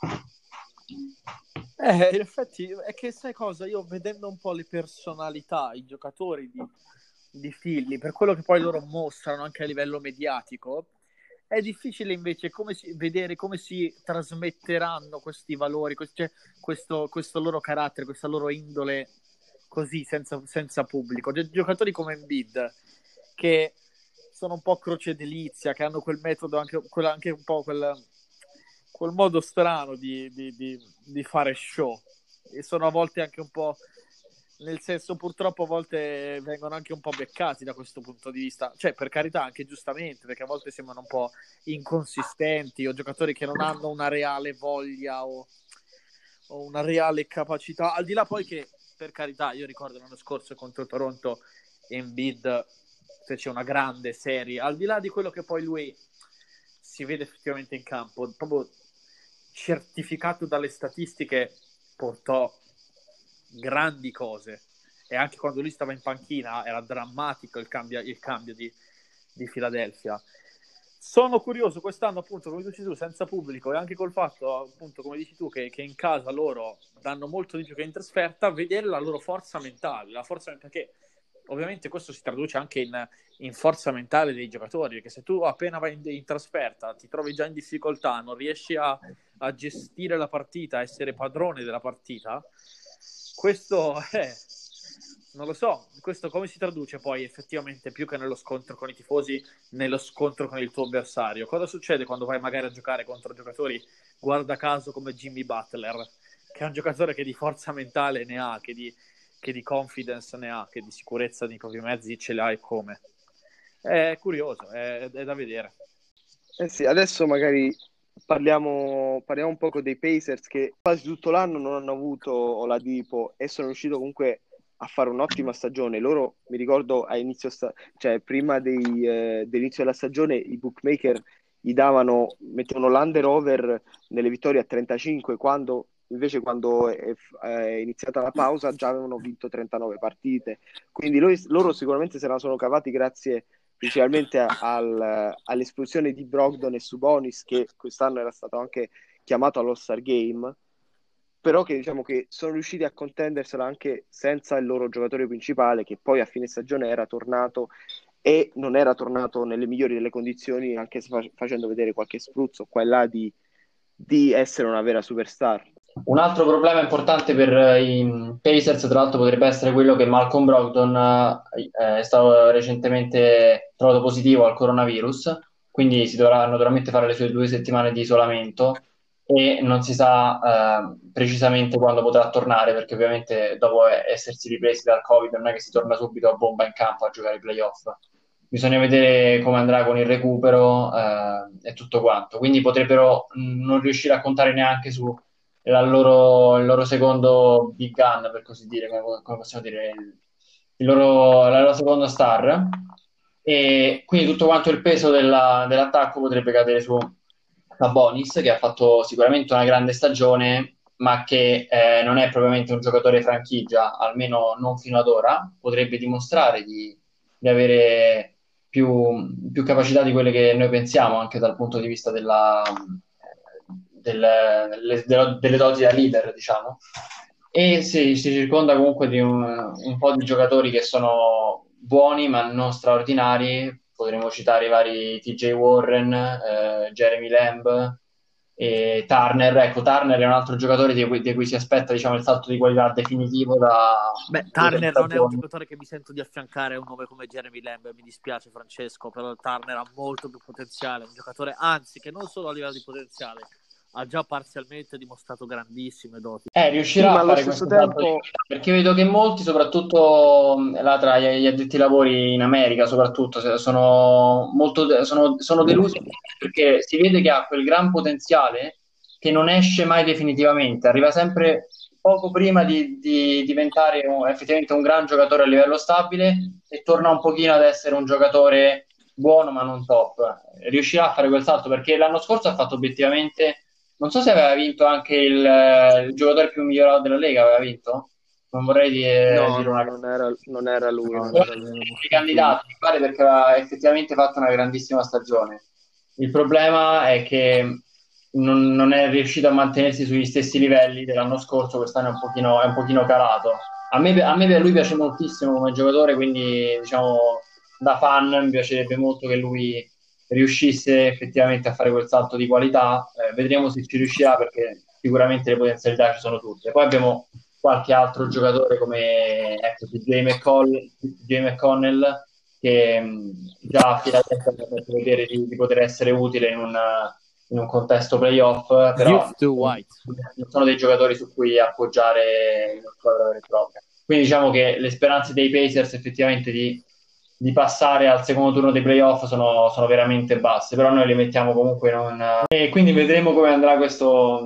D: Eh, in effetti è che sai cosa, io vedendo un po' le personalità, i giocatori di, di Philly, per quello che poi loro mostrano anche a livello mediatico, è difficile invece come si, vedere come si trasmetteranno questi valori, quest- cioè, questo, questo loro carattere, questa loro indole così senza, senza pubblico. Gi- giocatori come Embiid che sono un po' croce delizia, che hanno quel metodo, anche, quella- anche un po' quel, quel modo strano di, di- di- di fare show, e sono a volte anche un po', nel senso, purtroppo a volte vengono anche un po' beccati da questo punto di vista, cioè per carità anche giustamente, perché a volte sembrano un po' inconsistenti, o giocatori che non hanno una reale voglia o, o una reale capacità, al di là poi che, per carità, io ricordo l'anno scorso contro Toronto Embiid fece una grande serie, al di là di quello che poi lui si vede effettivamente in campo, proprio certificato dalle statistiche, portò grandi cose, e anche quando lui stava in panchina era drammatico il cambio, il cambio di, di Philadelphia. Sono curioso quest'anno, appunto, come dici tu, senza pubblico, e anche col fatto, appunto, come dici tu, che, che in casa loro danno molto di più che in trasferta, vedere la loro forza mentale, la forza perché ovviamente questo si traduce anche in, in forza mentale dei giocatori, perché se tu appena vai in, in trasferta ti trovi già in difficoltà, non riesci a, a gestire la partita, a essere padrone della partita, questo è, non lo so, questo come si traduce poi effettivamente più che nello scontro con i tifosi, nello scontro con il tuo avversario? Cosa succede quando vai magari a giocare contro giocatori, guarda caso, come Jimmy Butler, che è un giocatore che di forza mentale ne ha, che di, che di confidence ne ha, che di sicurezza nei propri mezzi ce l'ha, e come? È curioso, è, è da vedere.
A: Eh sì, adesso magari parliamo, parliamo un poco dei Pacers, che quasi tutto l'anno non hanno avuto Oladipo e sono riusciti comunque a fare un'ottima stagione. Loro, mi ricordo, a inizio sta- cioè prima dei, eh, dell'inizio della stagione, i bookmaker gli davano, mettevano l'under over nelle vittorie a trentacinque, quando invece quando è, è iniziata la pausa già avevano vinto trentanove partite. Quindi loro, loro sicuramente se la sono cavati grazie principalmente al, all'esplosione di Brogdon e Subonis, che quest'anno era stato anche chiamato all'All-Star Game, però che diciamo che sono riusciti a contendersela anche senza il loro giocatore principale, che poi a fine stagione era tornato, e non era tornato nelle migliori delle condizioni, anche se facendo vedere qualche spruzzo qua e là di, di essere una vera superstar.
B: Un altro problema importante per i Pacers, tra l'altro, potrebbe essere quello che Malcolm Brogdon eh, è stato recentemente trovato positivo al coronavirus, quindi si dovrà naturalmente fare le sue due settimane di isolamento e non si sa eh, precisamente quando potrà tornare, perché ovviamente dopo essersi ripresi dal Covid non è che si torna subito a bomba in campo a giocare i playoff. Bisogna vedere come andrà con il recupero eh, e tutto quanto. Quindi potrebbero mh, non riuscire a contare neanche su la loro- il loro secondo big gun, per così dire, come, come possiamo dire, il, il loro, la loro seconda star. E quindi tutto quanto il peso della- dell'attacco potrebbe cadere su Sabonis, che ha fatto sicuramente una grande stagione, ma che eh, non è propriamente un giocatore franchigia, almeno non fino ad ora. Potrebbe dimostrare di, di avere più, più capacità di quelle che noi pensiamo, anche dal punto di vista della, del- delle, delle- delle doti da leader, diciamo. E si, si circonda comunque di un, un po' di giocatori che sono buoni ma non straordinari. Potremmo citare i vari T J Warren, eh, Jeremy Lamb e Turner. Ecco, Turner è un altro giocatore di cui, di cui si aspetta, diciamo, il salto di qualità definitivo da
D: Beh,
B: due
D: Turner non è un
B: stagioni.
D: giocatore che mi sento di affiancare a un nome come Jeremy Lamb, mi dispiace Francesco, però Turner ha molto più potenziale, un giocatore anzi che non solo a livello di potenziale, ha già parzialmente dimostrato grandissime doti.
B: Eh,
A: Sì,
B: riuscirà
A: ma
B: a
A: allo
B: fare
A: stesso
B: questo salto di
A: tempo,
B: qualità, perché vedo che molti, soprattutto mh, là tra gli, gli addetti ai lavori in America, soprattutto, se- sono molto sono, sono delusi perché si vede che ha quel gran potenziale che non esce mai definitivamente, arriva sempre poco prima di, di diventare un- effettivamente un gran giocatore a livello stabile e torna un pochino ad essere un giocatore buono ma non top. Riuscirà a fare quel salto perché l'anno scorso ha fatto obiettivamente, non so se aveva vinto anche il, eh, il giocatore più migliorato della Lega, aveva vinto? Non vorrei dire,
A: no,
B: dire
A: no,
B: una
A: non era, non era lui,
D: No,
A: non
B: però
A: era
D: non
A: lui.
D: era
B: i
D: lui.
B: candidati, mi pare perché aveva effettivamente fatto una grandissima stagione. Il problema è che non, non è riuscito a mantenersi sugli stessi livelli dell'anno scorso, quest'anno è un pochino, è un pochino calato. A me, a me lui piace moltissimo come giocatore, quindi diciamo da fan mi piacerebbe molto che lui riuscisse effettivamente a fare quel salto di qualità. Eh, vedremo se ci riuscirà perché sicuramente le potenzialità ci sono tutte. Poi abbiamo qualche altro giocatore come ecco, T J McCall- T J McConnell che mh, già a Philadelphia mi ha fatto vedere di, di poter essere utile in un, in un contesto playoff, però
D: Youth to White.
B: non sono dei giocatori su cui appoggiare una squadra vera e propria. Quindi diciamo che le speranze dei Pacers effettivamente di, di passare al secondo turno dei playoff sono, sono veramente basse, però noi le mettiamo comunque in un... E quindi vedremo come andrà questo,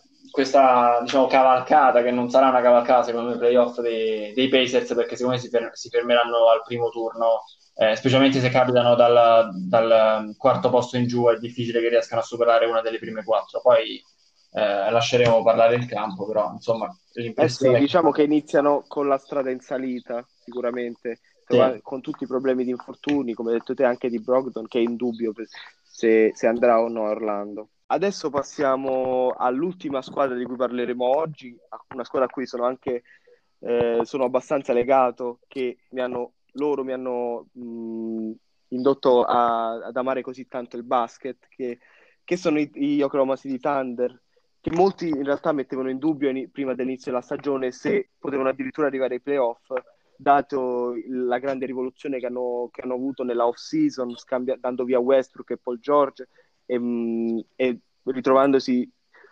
B: questa diciamo, cavalcata, che non sarà una cavalcata secondo me, playoff dei, dei Pacers, perché secondo me si, fer- si fermeranno al primo turno, eh, specialmente se capitano dal, dal quarto posto in giù, è difficile che riescano a superare una delle prime quattro. Poi eh, lasceremo parlare il campo, però insomma
A: Eh sì,
B: l'impressione è che...
A: diciamo che iniziano con la strada in salita, sicuramente,
B: Sì.
A: trova- con tutti i problemi di infortuni, come hai detto te, anche di Brogdon, che è in dubbio per- se, se andrà o no a Orlando. Adesso passiamo all'ultima squadra di cui parleremo oggi, a- una squadra a cui sono anche eh, sono abbastanza legato, che mi hanno, loro mi hanno mh, indotto a- ad amare così tanto il basket, che, che sono i, i Oklahoma City Thunder, che molti in realtà mettevano in dubbio in- prima dell'inizio della stagione se potevano addirittura arrivare ai playoff, dato il- la grande rivoluzione che hanno, che hanno avuto nella off-season, scambia- dando via Westbrook e Paul George e, mh, e ritrovandosi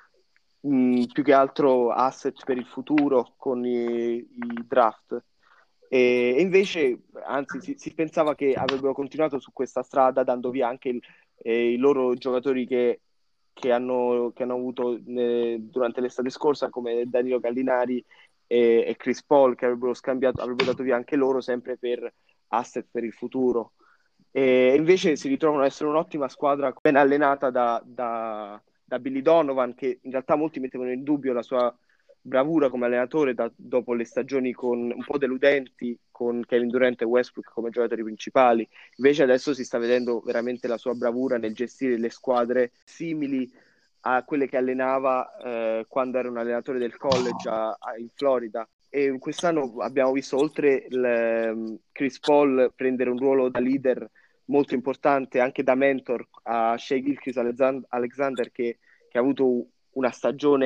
A: mh, più che altro asset per il futuro con i, i draft. E, e invece, anzi, si, si pensava che avrebbero continuato su questa strada, dando via anche il- eh, i loro giocatori che, che hanno, che hanno avuto eh, durante l'estate scorsa, come Danilo Gallinari e, e Chris Paul, che avrebbero scambiato, avrebbero dato via anche loro sempre per asset per il futuro. E invece si ritrovano ad essere un'ottima squadra ben allenata da, da, da Billy Donovan, che in realtà molti mettevano in dubbio la sua bravura come allenatore da, dopo le stagioni con, un po' deludenti con Kevin Durant e Westbrook come giocatori principali. Invece adesso si sta vedendo veramente la sua bravura nel gestire le squadre simili a quelle che allenava eh, quando era un allenatore del college a, a, in Florida. E quest'anno abbiamo visto, oltre il, Chris Paul prendere un ruolo da leader molto importante, anche da mentor, a Shai Gilgeous Alexander, che, che ha avuto una stagione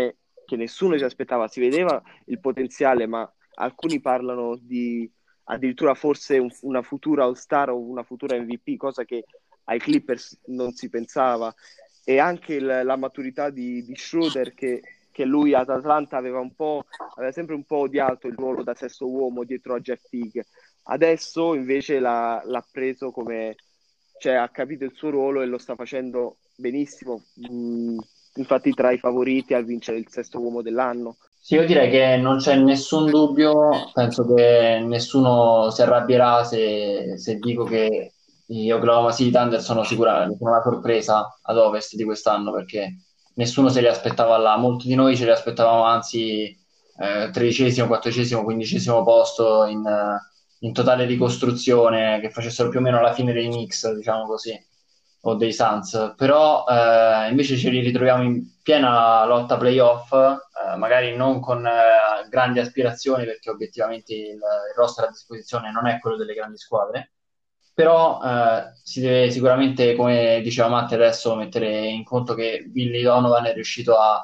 A: che nessuno si aspettava. Si vedeva il potenziale, ma alcuni parlano di addirittura forse un- una futura All-Star o una futura M V P, cosa che ai Clippers non si pensava. E anche il- la maturità di, di Schroeder, che, che lui ad Atlanta aveva un po', aveva sempre un po' odiato il ruolo da sesto uomo dietro a Jeff Teague. Adesso invece l'ha, l'ha preso come, cioè ha capito il suo ruolo e lo sta facendo benissimo. Mm, infatti tra i favoriti a vincere il sesto uomo dell'anno.
B: Sì, io direi che non c'è nessun dubbio, penso che nessuno si arrabbierà se, se dico che gli Oklahoma City Thunder sono sicuramente una sorpresa ad ovest di quest'anno, perché nessuno se li aspettava là, molti di noi ce li aspettavamo anzi eh, tredicesimo, quattordicesimo, quindicesimo posto in, eh, in totale ricostruzione, che facessero più o meno la fine dei Knicks, diciamo così, o dei Suns, però eh, invece ci ritroviamo in piena lotta playoff, eh, magari non con eh, grandi aspirazioni, perché obiettivamente il, il roster a disposizione non è quello delle grandi squadre, però eh, si deve sicuramente, come diceva Matti adesso, mettere in conto che Billy Donovan è riuscito a,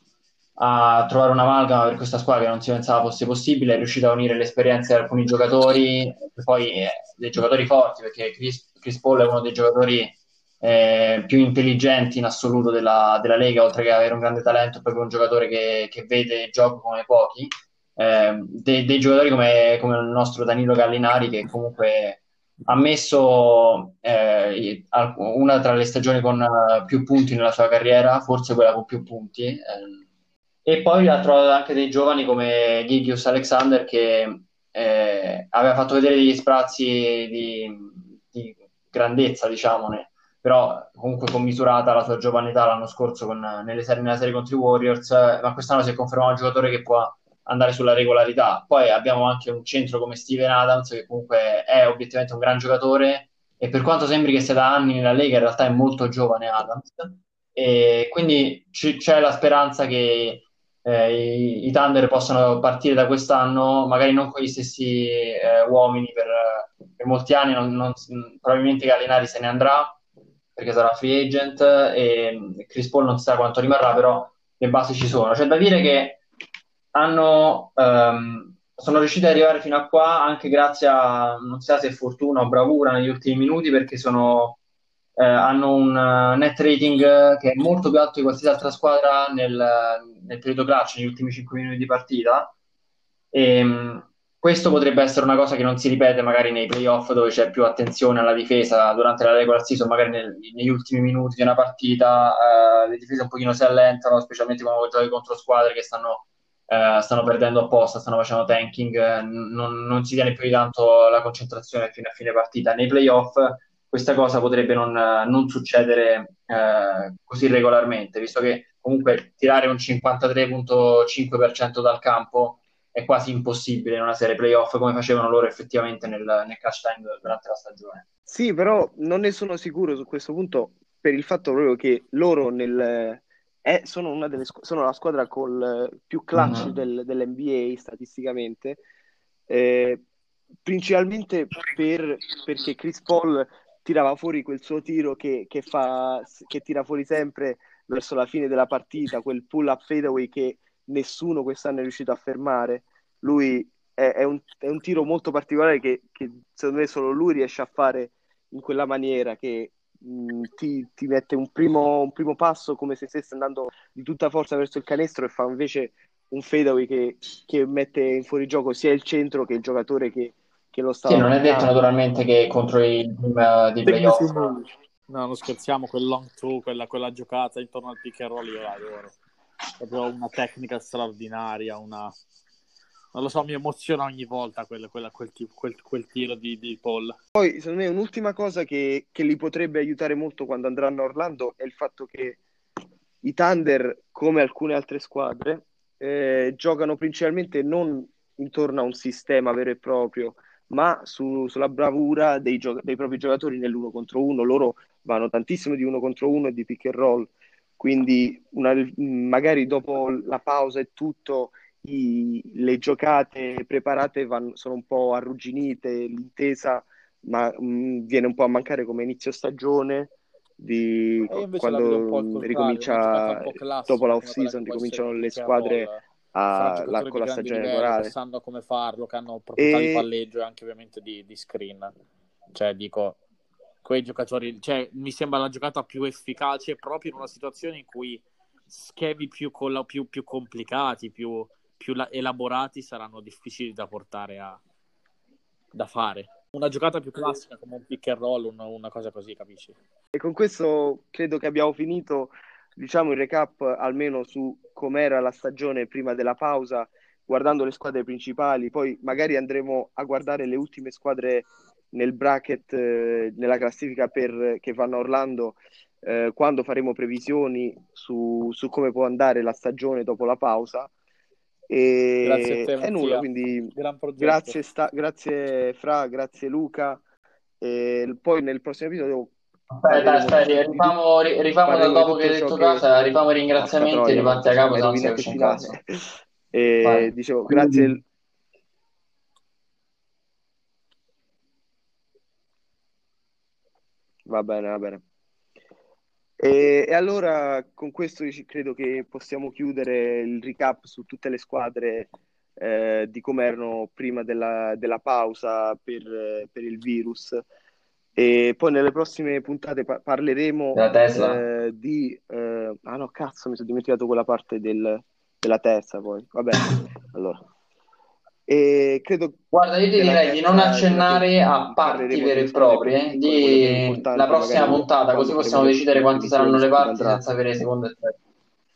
B: a trovare un'amalgama per questa squadra che non si pensava fosse possibile, è riuscito a unire le esperienze di alcuni giocatori, e poi eh, dei giocatori forti, perché Chris, Chris Paul è uno dei giocatori eh, più intelligenti in assoluto della, della Lega, oltre che avere un grande talento, è proprio un giocatore che, che vede il gioco come pochi. Eh, dei, dei giocatori come, come il nostro Danilo Gallinari, che comunque ha messo eh, una tra le stagioni con eh, più punti nella sua carriera, forse quella con più punti. Eh, e poi ha trovato anche dei giovani come Gigius Alexander, che eh, aveva fatto vedere degli sprazzi di, di grandezza, diciamone, però comunque commisurata la sua giovane età l'anno scorso con, nelle serie, nella serie contro i Warriors, eh, ma quest'anno si è confermato un giocatore che può andare sulla regolarità. Poi abbiamo anche un centro come Steven Adams, che comunque è obiettivamente un gran giocatore, e per quanto sembri che sia da anni nella Lega, in realtà è molto giovane Adams, e quindi c- c'è la speranza che eh, i, i Thunder possano partire da quest'anno, magari non con gli stessi eh, uomini per, per molti anni, non, non- probabilmente Gallinari se ne andrà perché sarà free agent, e Chris Paul non si sa quanto rimarrà, però le basi ci sono. C'è da dire che hanno, ehm, sono riusciti ad arrivare fino a qua anche grazie a, non so se fortuna o bravura negli ultimi minuti, perché sono, eh, hanno un eh, net rating eh, che è molto più alto di qualsiasi altra squadra nel, nel periodo clutch, negli ultimi cinque minuti di partita. E, mh, questo potrebbe essere una cosa che non si ripete magari nei playoff, dove c'è più attenzione alla difesa durante la regular season, magari nel- negli ultimi minuti di una partita, eh, le difese un pochino si allentano, specialmente quando giochi contro squadre che stanno, eh, stanno perdendo apposta, stanno facendo tanking, eh, non, non si tiene più di tanto la concentrazione fino a fine partita. Nei playoff questa cosa potrebbe non, non succedere eh, così regolarmente, visto che comunque tirare un cinquantatré virgola cinque per cento dal campo è quasi impossibile in una serie playoff, come facevano loro effettivamente nel, nel clutch time durante la stagione.
A: Sì, però non ne sono sicuro su questo punto per il fatto proprio che loro nel, eh, sono, una delle, squ- sono la squadra col più clutch
B: Mm.
A: del, dell'N B A statisticamente, eh, principalmente per- perché Chris Paul tirava fuori quel suo tiro che, che fa, che tira fuori sempre verso la fine della partita, quel pull-up fadeaway che nessuno quest'anno è riuscito a fermare. Lui è, è un, è un tiro molto particolare che, che secondo me solo lui riesce a fare in quella maniera che mh, ti, ti mette un primo, un primo passo come se stesse andando di tutta forza verso il canestro e fa invece un fadeaway che, che mette in fuorigioco sia il centro che il giocatore che, che lo
B: Sì,
A: stava
B: non è detto
A: marcando.
B: naturalmente che contro i team eh, di
D: Signature
B: playoff.
D: move. No, non scherziamo, quel long two, quella, quella giocata intorno al pick and roll io l'adoro. Proprio una tecnica straordinaria, una... Non lo so, mi emoziona ogni volta quel, quella- quel, tipo- quel- quel tiro di, di Paul.
A: Poi, secondo me, un'ultima cosa che, che li potrebbe aiutare molto quando andranno a Orlando è il fatto che i Thunder, come alcune altre squadre, eh, giocano principalmente non intorno a un sistema vero e proprio, ma su- sulla bravura dei, gio- dei propri giocatori nell'uno contro uno. Loro vanno tantissimo di uno contro uno e di pick and roll, quindi una- magari dopo la pausa e tutto, i- le giocate preparate vanno- sono un po' arrugginite, l'intesa ma, mh, viene un po' a mancare come inizio stagione di
D: E io invece
A: quando
D: la vedo un po' al contrario, una giocata un
A: ricomincia
D: po'
A: dopo
D: classica
A: la
D: come quella
A: off-season,
D: che può essere
A: ricominciano
D: un
A: le
D: pick and roll
A: squadre
D: fra
A: a, la,
D: giocatori
A: con
D: di
A: la
D: grande
A: stagione
D: livello che
A: regolare.
D: sanno come farlo, che hanno proprietà di
A: E
D: palleggio e anche ovviamente di, di screen. Cioè, dico, quei giocatori, cioè, mi sembra la giocata più efficace proprio in una situazione in cui schemi più, colla- più, più complicati, più, più la- elaborati saranno difficili da portare a da fare. Una giocata più classica come un pick and roll, una, una cosa così, capisci?
A: E con questo credo che abbiamo finito, diciamo, il recap almeno su com'era la stagione prima della pausa, guardando le squadre principali. Poi magari andremo a guardare le ultime squadre nel bracket, eh, nella classifica per, che vanno a Orlando, eh, quando faremo previsioni su, su come può andare la stagione dopo la pausa.
D: Grazie a
A: E,
D: te,
A: e nulla,
D: Mattia.
A: quindi
D: Gran progetto.
A: grazie, sta, grazie Fra, grazie Luca. E poi nel prossimo episodio
B: Aspetta,
A: parleremo di,
B: aspetta,
A: di tut-
B: rifamo, ri- rifamo da
A: parleremo di
B: dopo che
A: tutto
B: hai
A: ciò
B: detto
A: che...
B: casa, rifamo i
A: Porca
B: ringraziamenti e
A: troia,
B: riparti a
A: mi
B: capo,
A: hai
B: se no non si
A: rovinato il
B: capisce un cazzo.
A: finale. E,
B: Vai.
A: dicevo, grazie. Va bene, va bene. E, e allora con questo io ci- credo che possiamo chiudere il recap su tutte le squadre, eh, di come erano prima della, della pausa per, eh, per il virus. E poi nelle prossime puntate pa- parleremo
B: Della Tesla.
A: eh, di... eh, ah no, cazzo, mi sono dimenticato quella parte del- della terza poi. Vabbè, allora. E credo
B: Guarda, io ti
A: della
B: direi di non
A: terza, della prim-
B: accennare a parti
A: parleremo
B: vere
A: delle
B: e
A: squadre
B: proprie,
A: più
B: eh,
A: piccole, quelle meno
B: di la
A: importanti,
B: prossima
A: magari
B: puntata, così
A: quando faremo
B: possiamo
A: le,
B: decidere
A: le
B: quanti saranno
A: previsioni
B: le
A: su chi
B: parti
A: andrà.
B: senza avere secondo e terzo.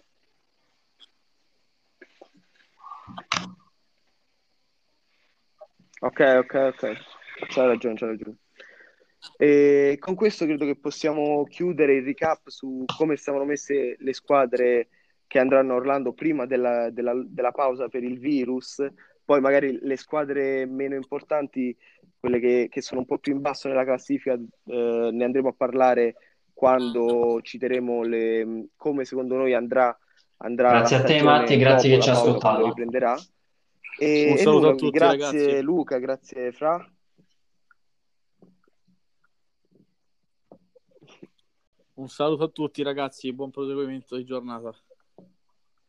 A: Ok, ok, ok. C'hai ragione, c'hai ragione. E con questo credo che possiamo chiudere il recap su come stavano messe le squadre che andranno a Orlando prima della, della- della pausa per il virus. Poi magari le squadre meno importanti, quelle che, che sono un po' più in basso nella classifica, eh, ne andremo a parlare quando citeremo le, come secondo noi andrà, andrà la
B: Grazie a te, Matti, e
A: stagione
B: grazie
A: dopo
B: che
A: la
B: ci ha
A: pausa, quando
B: ascoltato.
A: riprenderà. E,
D: Un
A: e
D: saluto
A: nulla,
D: a
A: quindi
D: tutti, ragazzi.
A: grazie Luca, grazie Fra.
D: Un saluto a tutti, ragazzi. Buon proseguimento di giornata.